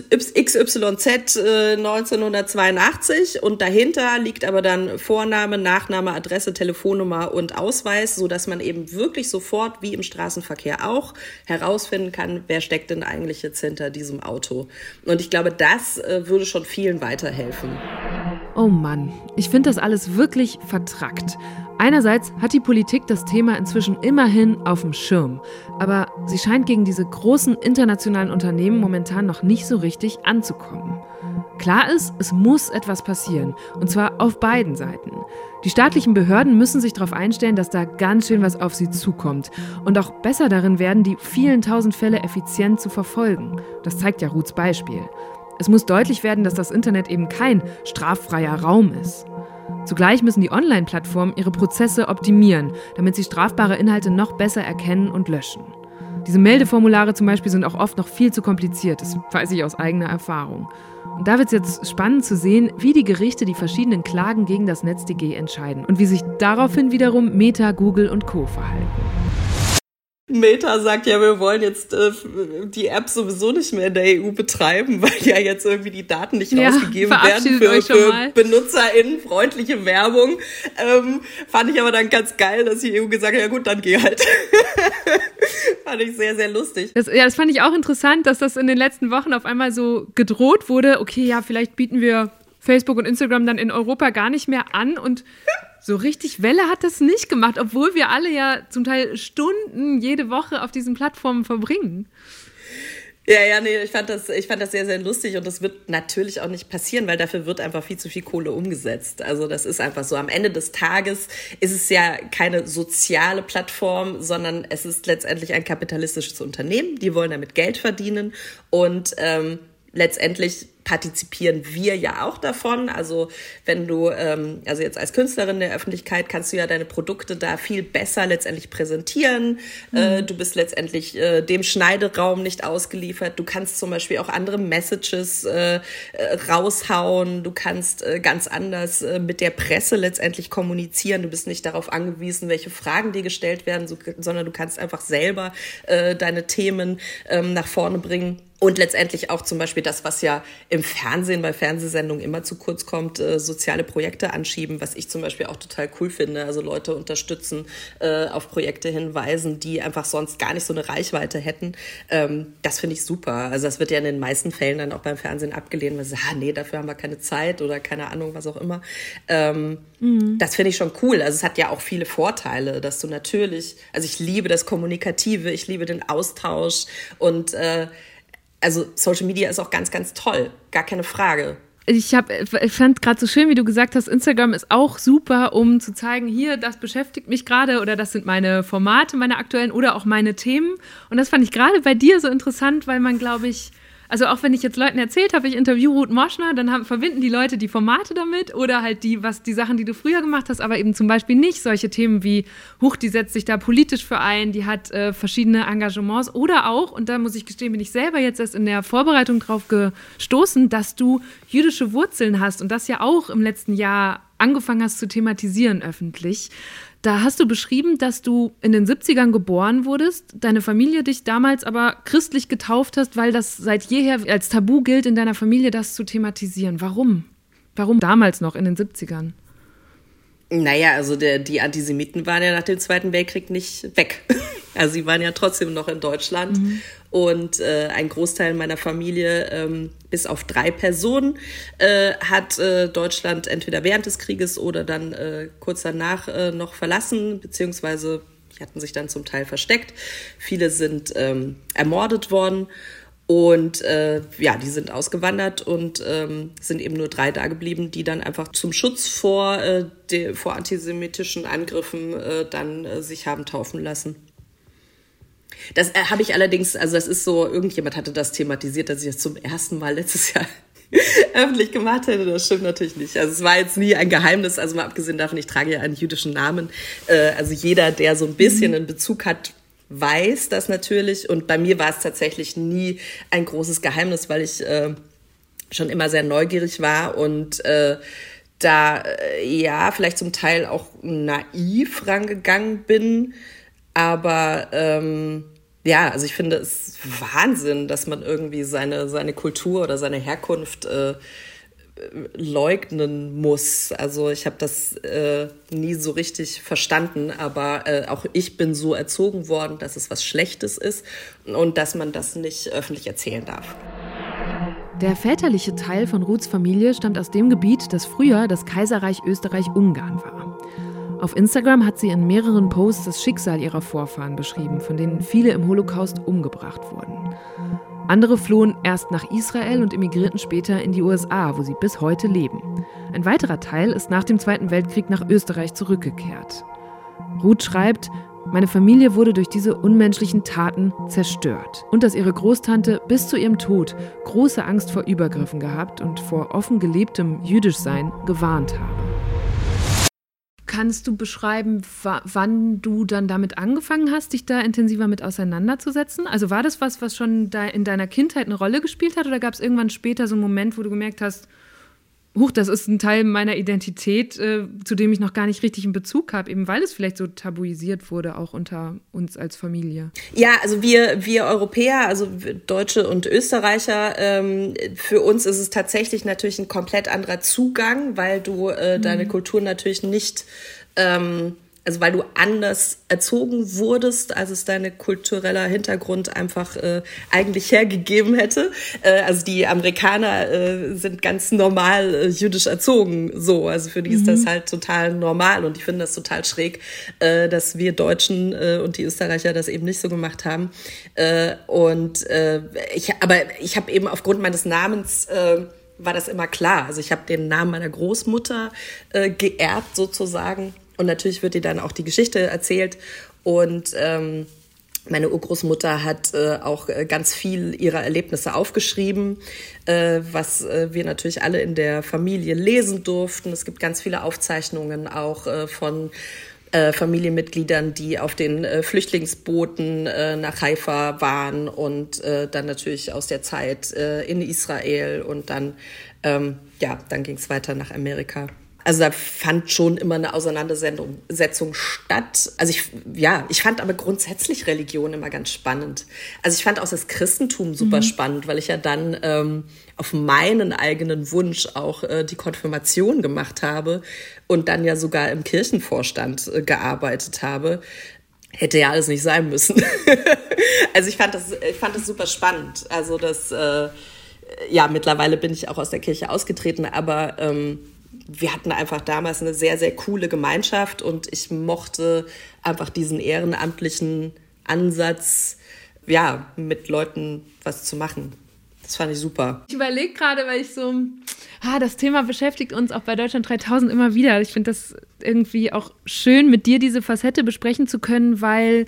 Speaker 1: Y Z äh, neunzehnhundertzweiundachtzig und dahinter liegt aber dann Vorname, Nachname, Adresse, Telefonnummer und Ausweis, sodass man eben wirklich sofort, wie im Straßenverkehr auch, herausfinden kann, wer steckt denn eigentlich jetzt hinter diesem Auto. Und ich glaube, das äh, würde schon vielen weiterhelfen.
Speaker 2: Oh Mann, ich finde das alles wirklich vertrackt. Einerseits hat die Politik das Thema inzwischen immerhin auf dem Schirm, aber sie scheint gegen diese großen internationalen Unternehmen momentan noch nicht so richtig anzukommen. Klar ist, es muss etwas passieren, und zwar auf beiden Seiten. Die staatlichen Behörden müssen sich darauf einstellen, dass da ganz schön was auf sie zukommt und auch besser darin werden, die vielen tausend Fälle effizient zu verfolgen. Das zeigt ja Ruths Beispiel. Es muss deutlich werden, dass das Internet eben kein straffreier Raum ist. Zugleich müssen die Online-Plattformen ihre Prozesse optimieren, damit sie strafbare Inhalte noch besser erkennen und löschen. Diese Meldeformulare zum Beispiel sind auch oft noch viel zu kompliziert, das weiß ich aus eigener Erfahrung. Und da wird es jetzt spannend zu sehen, wie die Gerichte die verschiedenen Klagen gegen das NetzDG entscheiden und wie sich daraufhin wiederum Meta, Google und Co. verhalten.
Speaker 1: Meta sagt ja, wir wollen jetzt äh, die App sowieso nicht mehr in der E U betreiben, weil ja jetzt irgendwie die Daten nicht
Speaker 2: ja,
Speaker 1: rausgegeben werden für, für BenutzerInnen, freundliche Werbung. Ähm, fand ich aber dann ganz geil, dass die E U gesagt hat, ja gut, dann geh halt. Fand ich sehr, sehr lustig.
Speaker 2: Das, ja, das fand ich auch interessant, dass das in den letzten Wochen auf einmal so gedroht wurde. Okay, ja, vielleicht bieten wir Facebook und Instagram dann in Europa gar nicht mehr an und so richtig Welle hat das nicht gemacht, obwohl wir alle ja zum Teil Stunden jede Woche auf diesen Plattformen verbringen.
Speaker 1: Ja, ja, nee, ich fand das, ich fand das sehr, sehr lustig und das wird natürlich auch nicht passieren, weil dafür wird einfach viel zu viel Kohle umgesetzt. Also das ist einfach so. Am Ende des Tages ist es ja keine soziale Plattform, sondern es ist letztendlich ein kapitalistisches Unternehmen. Die wollen damit Geld verdienen und ähm, letztendlich partizipieren wir ja auch davon. Also wenn du, ähm, also jetzt als Künstlerin der Öffentlichkeit kannst du ja deine Produkte da viel besser letztendlich präsentieren. Mhm. Äh, du bist letztendlich äh, dem Schneideraum nicht ausgeliefert. Du kannst zum Beispiel auch andere Messages äh, äh, raushauen. Du kannst äh, ganz anders äh, mit der Presse letztendlich kommunizieren. Du bist nicht darauf angewiesen, welche Fragen dir gestellt werden, so, sondern du kannst einfach selber äh, deine Themen ähm, nach vorne bringen. Und letztendlich auch zum Beispiel das, was ja im Fernsehen, bei Fernsehsendungen immer zu kurz kommt, äh, soziale Projekte anschieben, was ich zum Beispiel auch total cool finde. Also Leute unterstützen, äh, auf Projekte hinweisen, die einfach sonst gar nicht so eine Reichweite hätten. Ähm, das finde ich super. Also das wird ja in den meisten Fällen dann auch beim Fernsehen abgelehnt, weil sie sagen, ah, nee, dafür haben wir keine Zeit oder keine Ahnung, was auch immer. Ähm, mhm. Das finde ich schon cool. Also es hat ja auch viele Vorteile, dass du natürlich, also ich liebe das Kommunikative, ich liebe den Austausch und äh, also Social Media ist auch ganz, ganz toll, gar keine Frage.
Speaker 2: Ich, hab, ich fand gerade so schön, wie du gesagt hast, Instagram ist auch super, um zu zeigen, hier, das beschäftigt mich gerade oder das sind meine Formate, meine aktuellen oder auch meine Themen. Und das fand ich gerade bei dir so interessant, weil man, glaube ich, also auch wenn ich jetzt Leuten erzählt habe, ich interview Ruth Moschner, dann haben, verbinden die Leute die Formate damit oder halt die, was, die Sachen, die du früher gemacht hast, aber eben zum Beispiel nicht solche Themen wie, huch, die setzt sich da politisch für ein, die hat äh, verschiedene Engagements oder auch, und da muss ich gestehen, bin ich selber jetzt erst in der Vorbereitung drauf gestoßen, dass du jüdische Wurzeln hast und das ja auch im letzten Jahr angefangen hast zu thematisieren öffentlich. Da hast du beschrieben, dass du in den siebzigern geboren wurdest, deine Familie dich damals aber christlich getauft hast, weil das seit jeher als Tabu gilt, in deiner Familie das zu thematisieren. Warum? Warum damals noch in den siebzigern?
Speaker 1: Naja, also der, die Antisemiten waren ja nach dem Zweiten Weltkrieg nicht weg. Also sie waren ja trotzdem noch in Deutschland. Mhm. Und äh, ein Großteil meiner Familie, ähm, bis auf drei Personen, äh, hat äh, Deutschland entweder während des Krieges oder dann äh, kurz danach äh, noch verlassen, beziehungsweise die hatten sich dann zum Teil versteckt. Viele sind ähm, ermordet worden. Und äh, ja, die sind ausgewandert und ähm, sind eben nur drei da geblieben, die dann einfach zum Schutz vor, äh, de, vor antisemitischen Angriffen äh, dann äh, sich haben taufen lassen. Das äh, habe ich allerdings, also das ist so, irgendjemand hatte das thematisiert, dass ich das zum ersten Mal letztes Jahr öffentlich gemacht hätte. Das stimmt natürlich nicht. Also es war jetzt nie ein Geheimnis, also mal abgesehen davon, ich trage ja einen jüdischen Namen. Äh, also jeder, der so ein bisschen einen Bezug hat, weiß das natürlich. Und bei mir war es tatsächlich nie ein großes Geheimnis, weil ich äh, schon immer sehr neugierig war und äh, da äh, ja vielleicht zum Teil auch naiv rangegangen bin. Aber ähm, ja, also ich finde es Wahnsinn, dass man irgendwie seine, seine Kultur oder seine Herkunft äh, leugnen muss. Also ich habe das äh, nie so richtig verstanden, aber äh, auch ich bin so erzogen worden, dass es was Schlechtes ist und dass man das nicht öffentlich erzählen darf.
Speaker 2: Der väterliche Teil von Ruths Familie stammt aus dem Gebiet, das früher das Kaiserreich Österreich-Ungarn war. Auf Instagram hat sie in mehreren Posts das Schicksal ihrer Vorfahren beschrieben, von denen viele im Holocaust umgebracht wurden. Andere flohen erst nach Israel und emigrierten später in die U S A, wo sie bis heute leben. Ein weiterer Teil ist nach dem Zweiten Weltkrieg nach Österreich zurückgekehrt. Ruth schreibt, meine Familie wurde durch diese unmenschlichen Taten zerstört und dass ihre Großtante bis zu ihrem Tod große Angst vor Übergriffen gehabt und vor offen gelebtem Jüdischsein gewarnt habe. Kannst du beschreiben, w- wann du dann damit angefangen hast, dich da intensiver mit auseinanderzusetzen? Also war das was, was schon da in deiner Kindheit eine Rolle gespielt hat oder gab es irgendwann später so einen Moment, wo du gemerkt hast, huch, das ist ein Teil meiner Identität, äh, zu dem ich noch gar nicht richtig einen Bezug habe, eben weil es vielleicht so tabuisiert wurde, auch unter uns als Familie?
Speaker 1: Ja, also wir, wir Europäer, also Deutsche und Österreicher, ähm, für uns ist es tatsächlich natürlich ein komplett anderer Zugang, weil du äh, deine mhm. Kultur natürlich nicht... Ähm, Also weil du anders erzogen wurdest, als es dein kultureller Hintergrund einfach äh, eigentlich hergegeben hätte. Äh, also die Amerikaner äh, sind ganz normal äh, jüdisch erzogen, so. Also für die ist mhm. das halt total normal und ich finde das total schräg, äh, dass wir Deutschen äh, und die Österreicher das eben nicht so gemacht haben. Äh, und äh, ich, aber ich habe eben aufgrund meines Namens äh, war das immer klar. Also ich habe den Namen meiner Großmutter äh, geerbt sozusagen. Und natürlich wird dir dann auch die Geschichte erzählt. Und ähm, meine Urgroßmutter hat äh, auch ganz viel ihrer Erlebnisse aufgeschrieben, äh, was äh, wir natürlich alle in der Familie lesen durften. Es gibt ganz viele Aufzeichnungen auch äh, von äh, Familienmitgliedern, die auf den äh, Flüchtlingsbooten äh, nach Haifa waren und äh, dann natürlich aus der Zeit äh, in Israel. Und dann, ähm, ja, dann ging es weiter nach Amerika. Also da fand schon immer eine Auseinandersetzung statt. Also ich, ja, ich fand aber grundsätzlich Religion immer ganz spannend. Also ich fand auch das Christentum super mhm. spannend, weil ich ja dann ähm, auf meinen eigenen Wunsch auch äh, die Konfirmation gemacht habe und dann ja sogar im Kirchenvorstand äh, gearbeitet habe. Hätte ja alles nicht sein müssen. Also ich fand das, ich fand das super spannend. Also das, äh, ja, mittlerweile bin ich auch aus der Kirche ausgetreten, aber ähm, wir hatten einfach damals eine sehr, sehr coole Gemeinschaft und ich mochte einfach diesen ehrenamtlichen Ansatz, ja, mit Leuten was zu machen. Das fand ich super.
Speaker 2: Ich überlege gerade, weil ich so, ah, das Thema beschäftigt uns auch bei Deutschland dreitausend immer wieder. Ich finde das irgendwie auch schön, mit dir diese Facette besprechen zu können, weil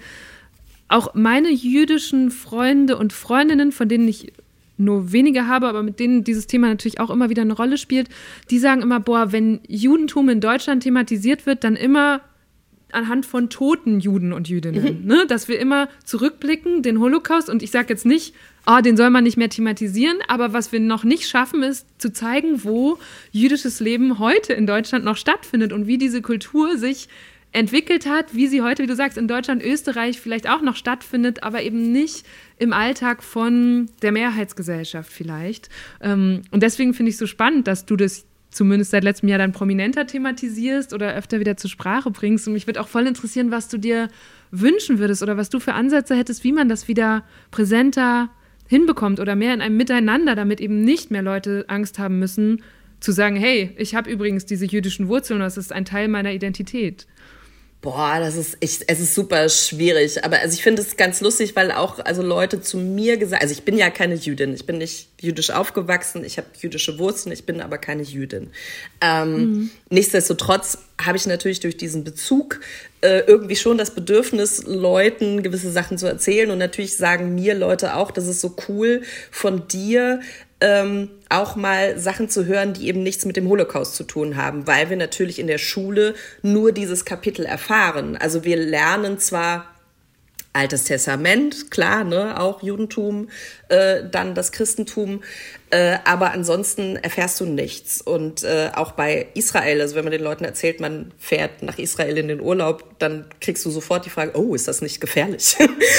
Speaker 2: auch meine jüdischen Freunde und Freundinnen, von denen ich nur wenige habe, aber mit denen dieses Thema natürlich auch immer wieder eine Rolle spielt, die sagen immer, boah, wenn Judentum in Deutschland thematisiert wird, dann immer anhand von toten Juden und Jüdinnen. Mhm. Ne? Dass wir immer zurückblicken, den Holocaust, und ich sage jetzt nicht, oh, den soll man nicht mehr thematisieren, aber was wir noch nicht schaffen, ist zu zeigen, wo jüdisches Leben heute in Deutschland noch stattfindet und wie diese Kultur sich entwickelt hat, wie sie heute, wie du sagst, in Deutschland, Österreich vielleicht auch noch stattfindet, aber eben nicht im Alltag von der Mehrheitsgesellschaft vielleicht. Und deswegen finde ich es so spannend, dass du das zumindest seit letztem Jahr dann prominenter thematisierst oder öfter wieder zur Sprache bringst. Und mich würde auch voll interessieren, was du dir wünschen würdest oder was du für Ansätze hättest, wie man das wieder präsenter hinbekommt oder mehr in einem Miteinander, damit eben nicht mehr Leute Angst haben müssen, zu sagen, hey, ich habe übrigens diese jüdischen Wurzeln, das ist ein Teil meiner Identität.
Speaker 1: Boah, das ist, ich, es ist super schwierig. Aber also ich finde es ganz lustig, weil auch also Leute zu mir gesagt, also ich bin ja keine Jüdin, ich bin nicht jüdisch aufgewachsen, ich habe jüdische Wurzeln, ich bin aber keine Jüdin. Ähm, mhm. Nichtsdestotrotz habe ich natürlich durch diesen Bezug äh, irgendwie schon das Bedürfnis, Leuten gewisse Sachen zu erzählen. Und natürlich sagen mir Leute auch, das ist so cool von dir, Ähm, auch mal Sachen zu hören, die eben nichts mit dem Holocaust zu tun haben, weil wir natürlich in der Schule nur dieses Kapitel erfahren. Also wir lernen zwar Altes Testament, klar, ne, auch Judentum, äh, dann das Christentum, äh, aber ansonsten erfährst du nichts. Und äh, auch bei Israel, also wenn man den Leuten erzählt, man fährt nach Israel in den Urlaub, dann kriegst du sofort die Frage, oh, ist das nicht gefährlich?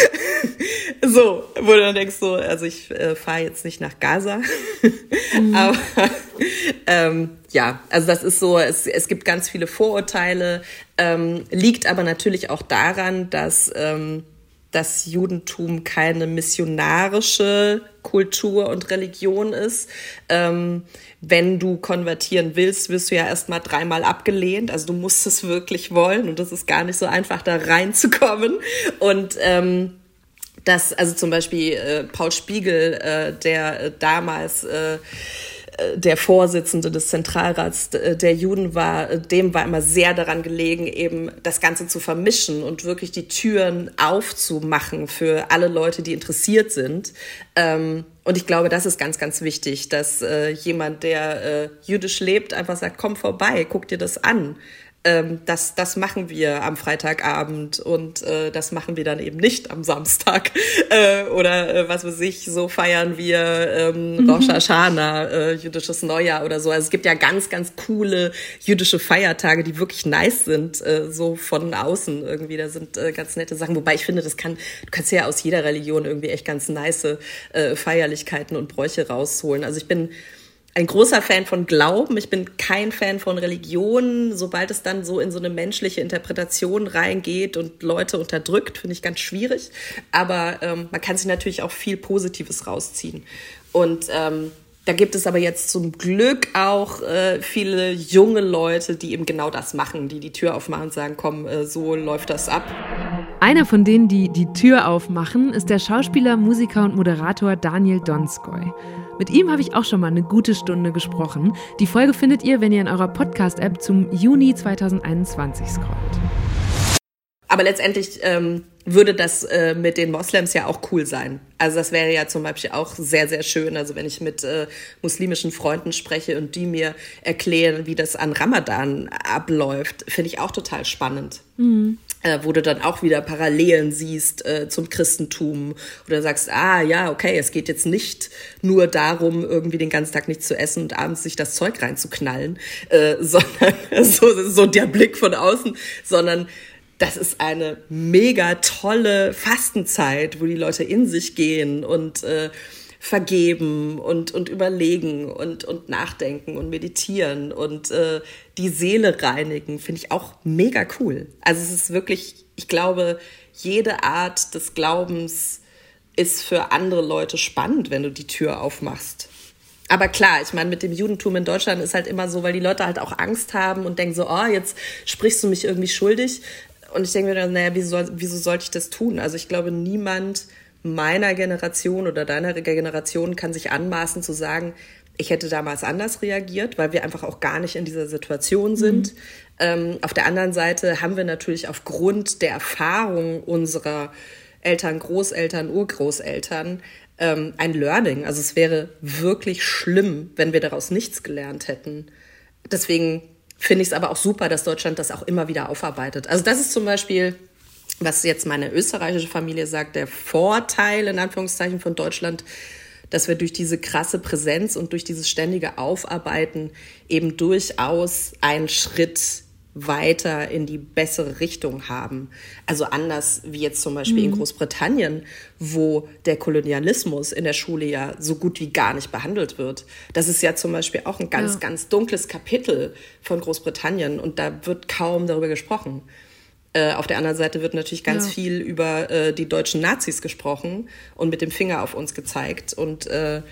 Speaker 1: So, wo du dann denkst, so, also ich äh, fahre jetzt nicht nach Gaza, mhm. aber ähm, ja, also das ist so, es, es gibt ganz viele Vorurteile, ähm, liegt aber natürlich auch daran, dass ähm, das Judentum keine missionarische Kultur und Religion ist. Ähm, wenn du konvertieren willst, wirst du ja erst mal dreimal abgelehnt. Also du musst es wirklich wollen und das ist gar nicht so einfach, da reinzukommen. Und ähm, das, also zum Beispiel äh, Paul Spiegel, äh, der äh, damals äh, der Vorsitzende des Zentralrats der Juden war, dem war immer sehr daran gelegen, eben das Ganze zu vermischen und wirklich die Türen aufzumachen für alle Leute, die interessiert sind. Und ich glaube, das ist ganz, ganz wichtig, dass jemand, der jüdisch lebt, einfach sagt, komm vorbei, guck dir das an. Ähm, das, das machen wir am Freitagabend und äh, das machen wir dann eben nicht am Samstag äh, oder äh, was weiß ich, so feiern wir ähm, mhm. Rosh Hashanah, äh, jüdisches Neujahr oder so. Also es gibt ja ganz, ganz coole jüdische Feiertage, die wirklich nice sind, äh, so von außen irgendwie. Da sind äh, ganz nette Sachen, wobei ich finde, das kann, du kannst ja aus jeder Religion irgendwie echt ganz nice äh, Feierlichkeiten und Bräuche rausholen. Also ich bin ein großer Fan von Glauben. Ich bin kein Fan von Religion. Sobald es dann so in so eine menschliche Interpretation reingeht und Leute unterdrückt, finde ich ganz schwierig. Aber ähm, man kann sich natürlich auch viel Positives rausziehen. Und ähm, da gibt es aber jetzt zum Glück auch äh, viele junge Leute, die eben genau das machen, die die Tür aufmachen und sagen, komm, äh, so läuft das ab.
Speaker 2: Einer von denen, die die Tür aufmachen, ist der Schauspieler, Musiker und Moderator Daniel Donskoy. Mit ihm habe ich auch schon mal eine gute Stunde gesprochen. Die Folge findet ihr, wenn ihr in eurer Podcast-App zum Juni zwanzig einundzwanzig scrollt.
Speaker 1: Aber letztendlich ähm, würde das äh, mit den Moslems ja auch cool sein. Also das wäre ja zum Beispiel auch sehr, sehr schön. Also wenn ich mit äh, muslimischen Freunden spreche und die mir erklären, wie das an Ramadan abläuft, finde ich auch total spannend. Mhm. äh, wo du dann auch wieder Parallelen siehst äh, zum Christentum oder sagst, ah ja, okay, es geht jetzt nicht nur darum, irgendwie den ganzen Tag nichts zu essen und abends sich das Zeug reinzuknallen, äh, sondern so, so der Blick von außen, sondern das ist eine mega tolle Fastenzeit, wo die Leute in sich gehen und äh, vergeben und, und überlegen und, und nachdenken und meditieren und äh, die Seele reinigen, finde ich auch mega cool. Also es ist wirklich, ich glaube, jede Art des Glaubens ist für andere Leute spannend, wenn du die Tür aufmachst. Aber klar, ich meine, mit dem Judentum in Deutschland ist halt immer so, weil die Leute halt auch Angst haben und denken so, oh, jetzt sprichst du mich irgendwie schuldig. Und ich denke mir dann, naja, wieso, soll, wieso sollte ich das tun? Also ich glaube, niemand meiner Generation oder deiner Generation kann sich anmaßen zu sagen, ich hätte damals anders reagiert, weil wir einfach auch gar nicht in dieser Situation sind. Mhm. Ähm, auf der anderen Seite haben wir natürlich aufgrund der Erfahrung unserer Eltern, Großeltern, Urgroßeltern ähm, ein Learning. Also es wäre wirklich schlimm, wenn wir daraus nichts gelernt hätten. Deswegen finde ich es aber auch super, dass Deutschland das auch immer wieder aufarbeitet. Also das ist zum Beispiel, was jetzt meine österreichische Familie sagt, der Vorteil in Anführungszeichen von Deutschland, dass wir durch diese krasse Präsenz und durch dieses ständige Aufarbeiten eben durchaus einen Schritt weiter in die bessere Richtung haben. Also anders wie jetzt zum Beispiel mhm. in Großbritannien, wo der Kolonialismus in der Schule ja so gut wie gar nicht behandelt wird. Das ist ja zum Beispiel auch ein ganz, ja. ganz dunkles Kapitel von Großbritannien und da wird kaum darüber gesprochen. Äh, auf der anderen Seite wird natürlich ganz ja. viel über äh, die deutschen Nazis gesprochen und mit dem Finger auf uns gezeigt. Und äh,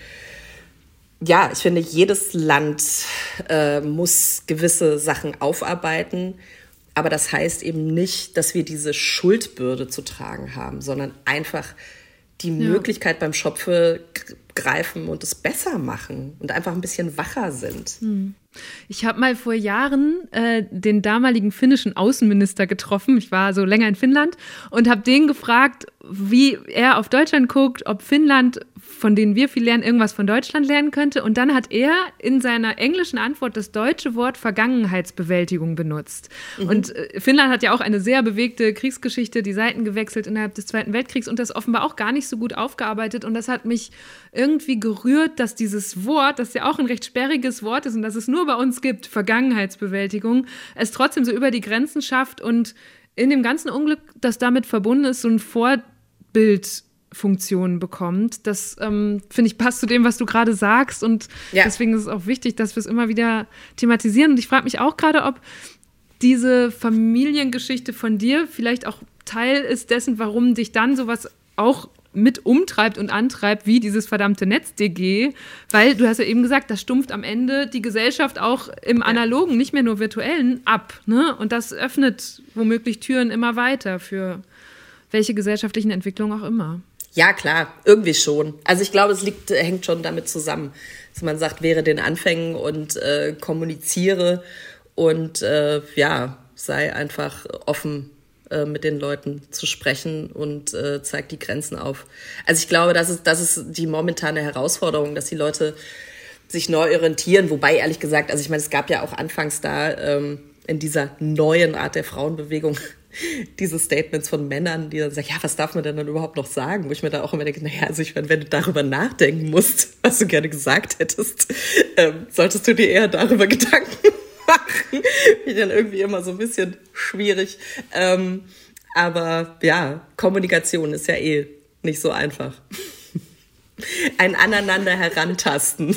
Speaker 1: ja, ich finde, jedes Land äh, muss gewisse Sachen aufarbeiten. Aber das heißt eben nicht, dass wir diese Schuldbürde zu tragen haben, sondern einfach die ja. Möglichkeit beim Schopfe g- greifen und es besser machen und einfach ein bisschen wacher sind.
Speaker 2: Hm. Ich habe mal vor Jahren äh, den damaligen finnischen Außenminister getroffen. Ich war so länger in Finnland und habe den gefragt, wie er auf Deutschland guckt, ob Finnland, von denen wir viel lernen, irgendwas von Deutschland lernen könnte. Und dann hat er in seiner englischen Antwort das deutsche Wort Vergangenheitsbewältigung benutzt. Mhm. Und äh, Finnland hat ja auch eine sehr bewegte Kriegsgeschichte, die Seiten gewechselt innerhalb des Zweiten Weltkriegs und das offenbar auch gar nicht so gut aufgearbeitet. Und das hat mich irgendwie gerührt, dass dieses Wort, das ja auch ein recht sperriges Wort ist und dass es nur bei uns gibt, Vergangenheitsbewältigung, es trotzdem so über die Grenzen schafft und in dem ganzen Unglück, das damit verbunden ist, so ein Vorbildfunktion bekommt. Das, ähm, finde ich, passt zu dem, was du gerade sagst und ja. deswegen ist es auch wichtig, dass wir es immer wieder thematisieren. Und ich frage mich auch gerade, ob diese Familiengeschichte von dir vielleicht auch Teil ist dessen, warum dich dann sowas auch mit umtreibt und antreibt, wie dieses verdammte Netz-D G, weil du hast ja eben gesagt, das stumpft am Ende die Gesellschaft auch im analogen, nicht mehr nur virtuellen, ab. Ne? Und das öffnet womöglich Türen immer weiter für welche gesellschaftlichen Entwicklungen auch immer.
Speaker 1: Ja, klar, irgendwie schon. Also ich glaube, es liegt, hängt schon damit zusammen, dass man sagt, wäre den Anfängen und äh, kommuniziere und äh, ja, sei einfach offen mit den Leuten zu sprechen und äh, zeigt die Grenzen auf. Also ich glaube, das ist, das ist die momentane Herausforderung, dass die Leute sich neu orientieren. Wobei, ehrlich gesagt, also ich meine, es gab ja auch anfangs da ähm, in dieser neuen Art der Frauenbewegung diese Statements von Männern, die dann sagen, ja, was darf man denn dann überhaupt noch sagen? Wo ich mir da auch immer denke, naja, also ich meine, wenn du darüber nachdenken musst, was du gerne gesagt hättest, ähm, solltest du dir eher darüber Gedanken machen. Bin dann irgendwie immer so ein bisschen schwierig. Ähm, aber ja, Kommunikation ist ja eh nicht so einfach. Ein aneinander herantasten.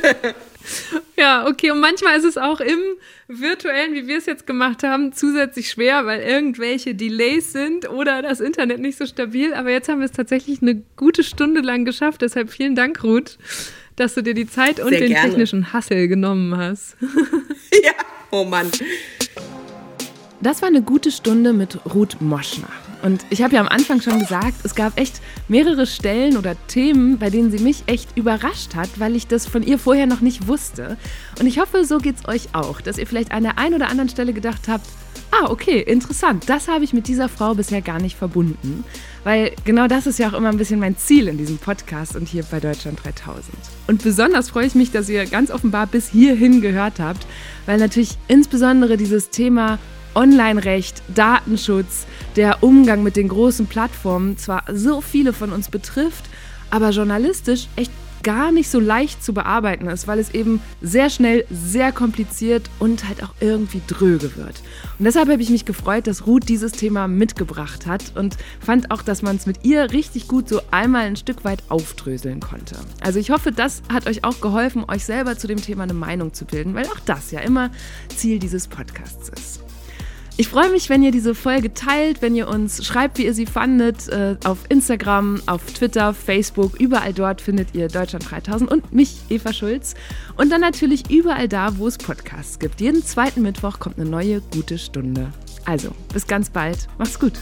Speaker 2: Ja, okay. Und manchmal ist es auch im Virtuellen, wie wir es jetzt gemacht haben, zusätzlich schwer, weil irgendwelche Delays sind oder das Internet nicht so stabil. Aber jetzt haben wir es tatsächlich eine gute Stunde lang geschafft. Deshalb vielen Dank, Ruth, dass du dir die Zeit und Sehr den gerne. technischen Hassel genommen hast.
Speaker 1: Ja, oh Mann.
Speaker 2: Das war eine gute Stunde mit Ruth Moschner. Und ich habe ja am Anfang schon gesagt, es gab echt mehrere Stellen oder Themen, bei denen sie mich echt überrascht hat, weil ich das von ihr vorher noch nicht wusste. Und ich hoffe, so geht's euch auch, dass ihr vielleicht an der einen oder anderen Stelle gedacht habt, ah, okay, interessant, das habe ich mit dieser Frau bisher gar nicht verbunden. Weil genau das ist ja auch immer ein bisschen mein Ziel in diesem Podcast und hier bei Deutschland dreitausend. Und besonders freue ich mich, dass ihr ganz offenbar bis hierhin gehört habt, weil natürlich insbesondere dieses Thema Online-Recht, Datenschutz, der Umgang mit den großen Plattformen zwar so viele von uns betrifft, aber journalistisch echt gar nicht so leicht zu bearbeiten ist, weil es eben sehr schnell, sehr kompliziert und halt auch irgendwie dröge wird. Und deshalb habe ich mich gefreut, dass Ruth dieses Thema mitgebracht hat und fand auch, dass man es mit ihr richtig gut so einmal ein Stück weit aufdröseln konnte. Also ich hoffe, das hat euch auch geholfen, euch selber zu dem Thema eine Meinung zu bilden, weil auch das ja immer Ziel dieses Podcasts ist. Ich freue mich, wenn ihr diese Folge teilt, wenn ihr uns schreibt, wie ihr sie fandet, äh, auf Instagram, auf Twitter, Facebook, überall dort findet ihr Deutschland dreitausend und mich, Eva Schulz. Und dann natürlich überall da, wo es Podcasts gibt. Jeden zweiten Mittwoch kommt eine neue gute Stunde. Also, bis ganz bald. Macht's gut.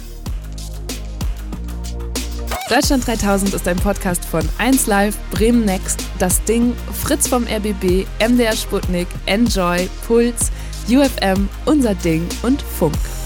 Speaker 2: Deutschland dreitausend ist ein Podcast von eins Live, Bremen Next, Das Ding, Fritz vom R B B, M D R Sputnik, Enjoy, Puls, U F M, Unser Ding und Funk.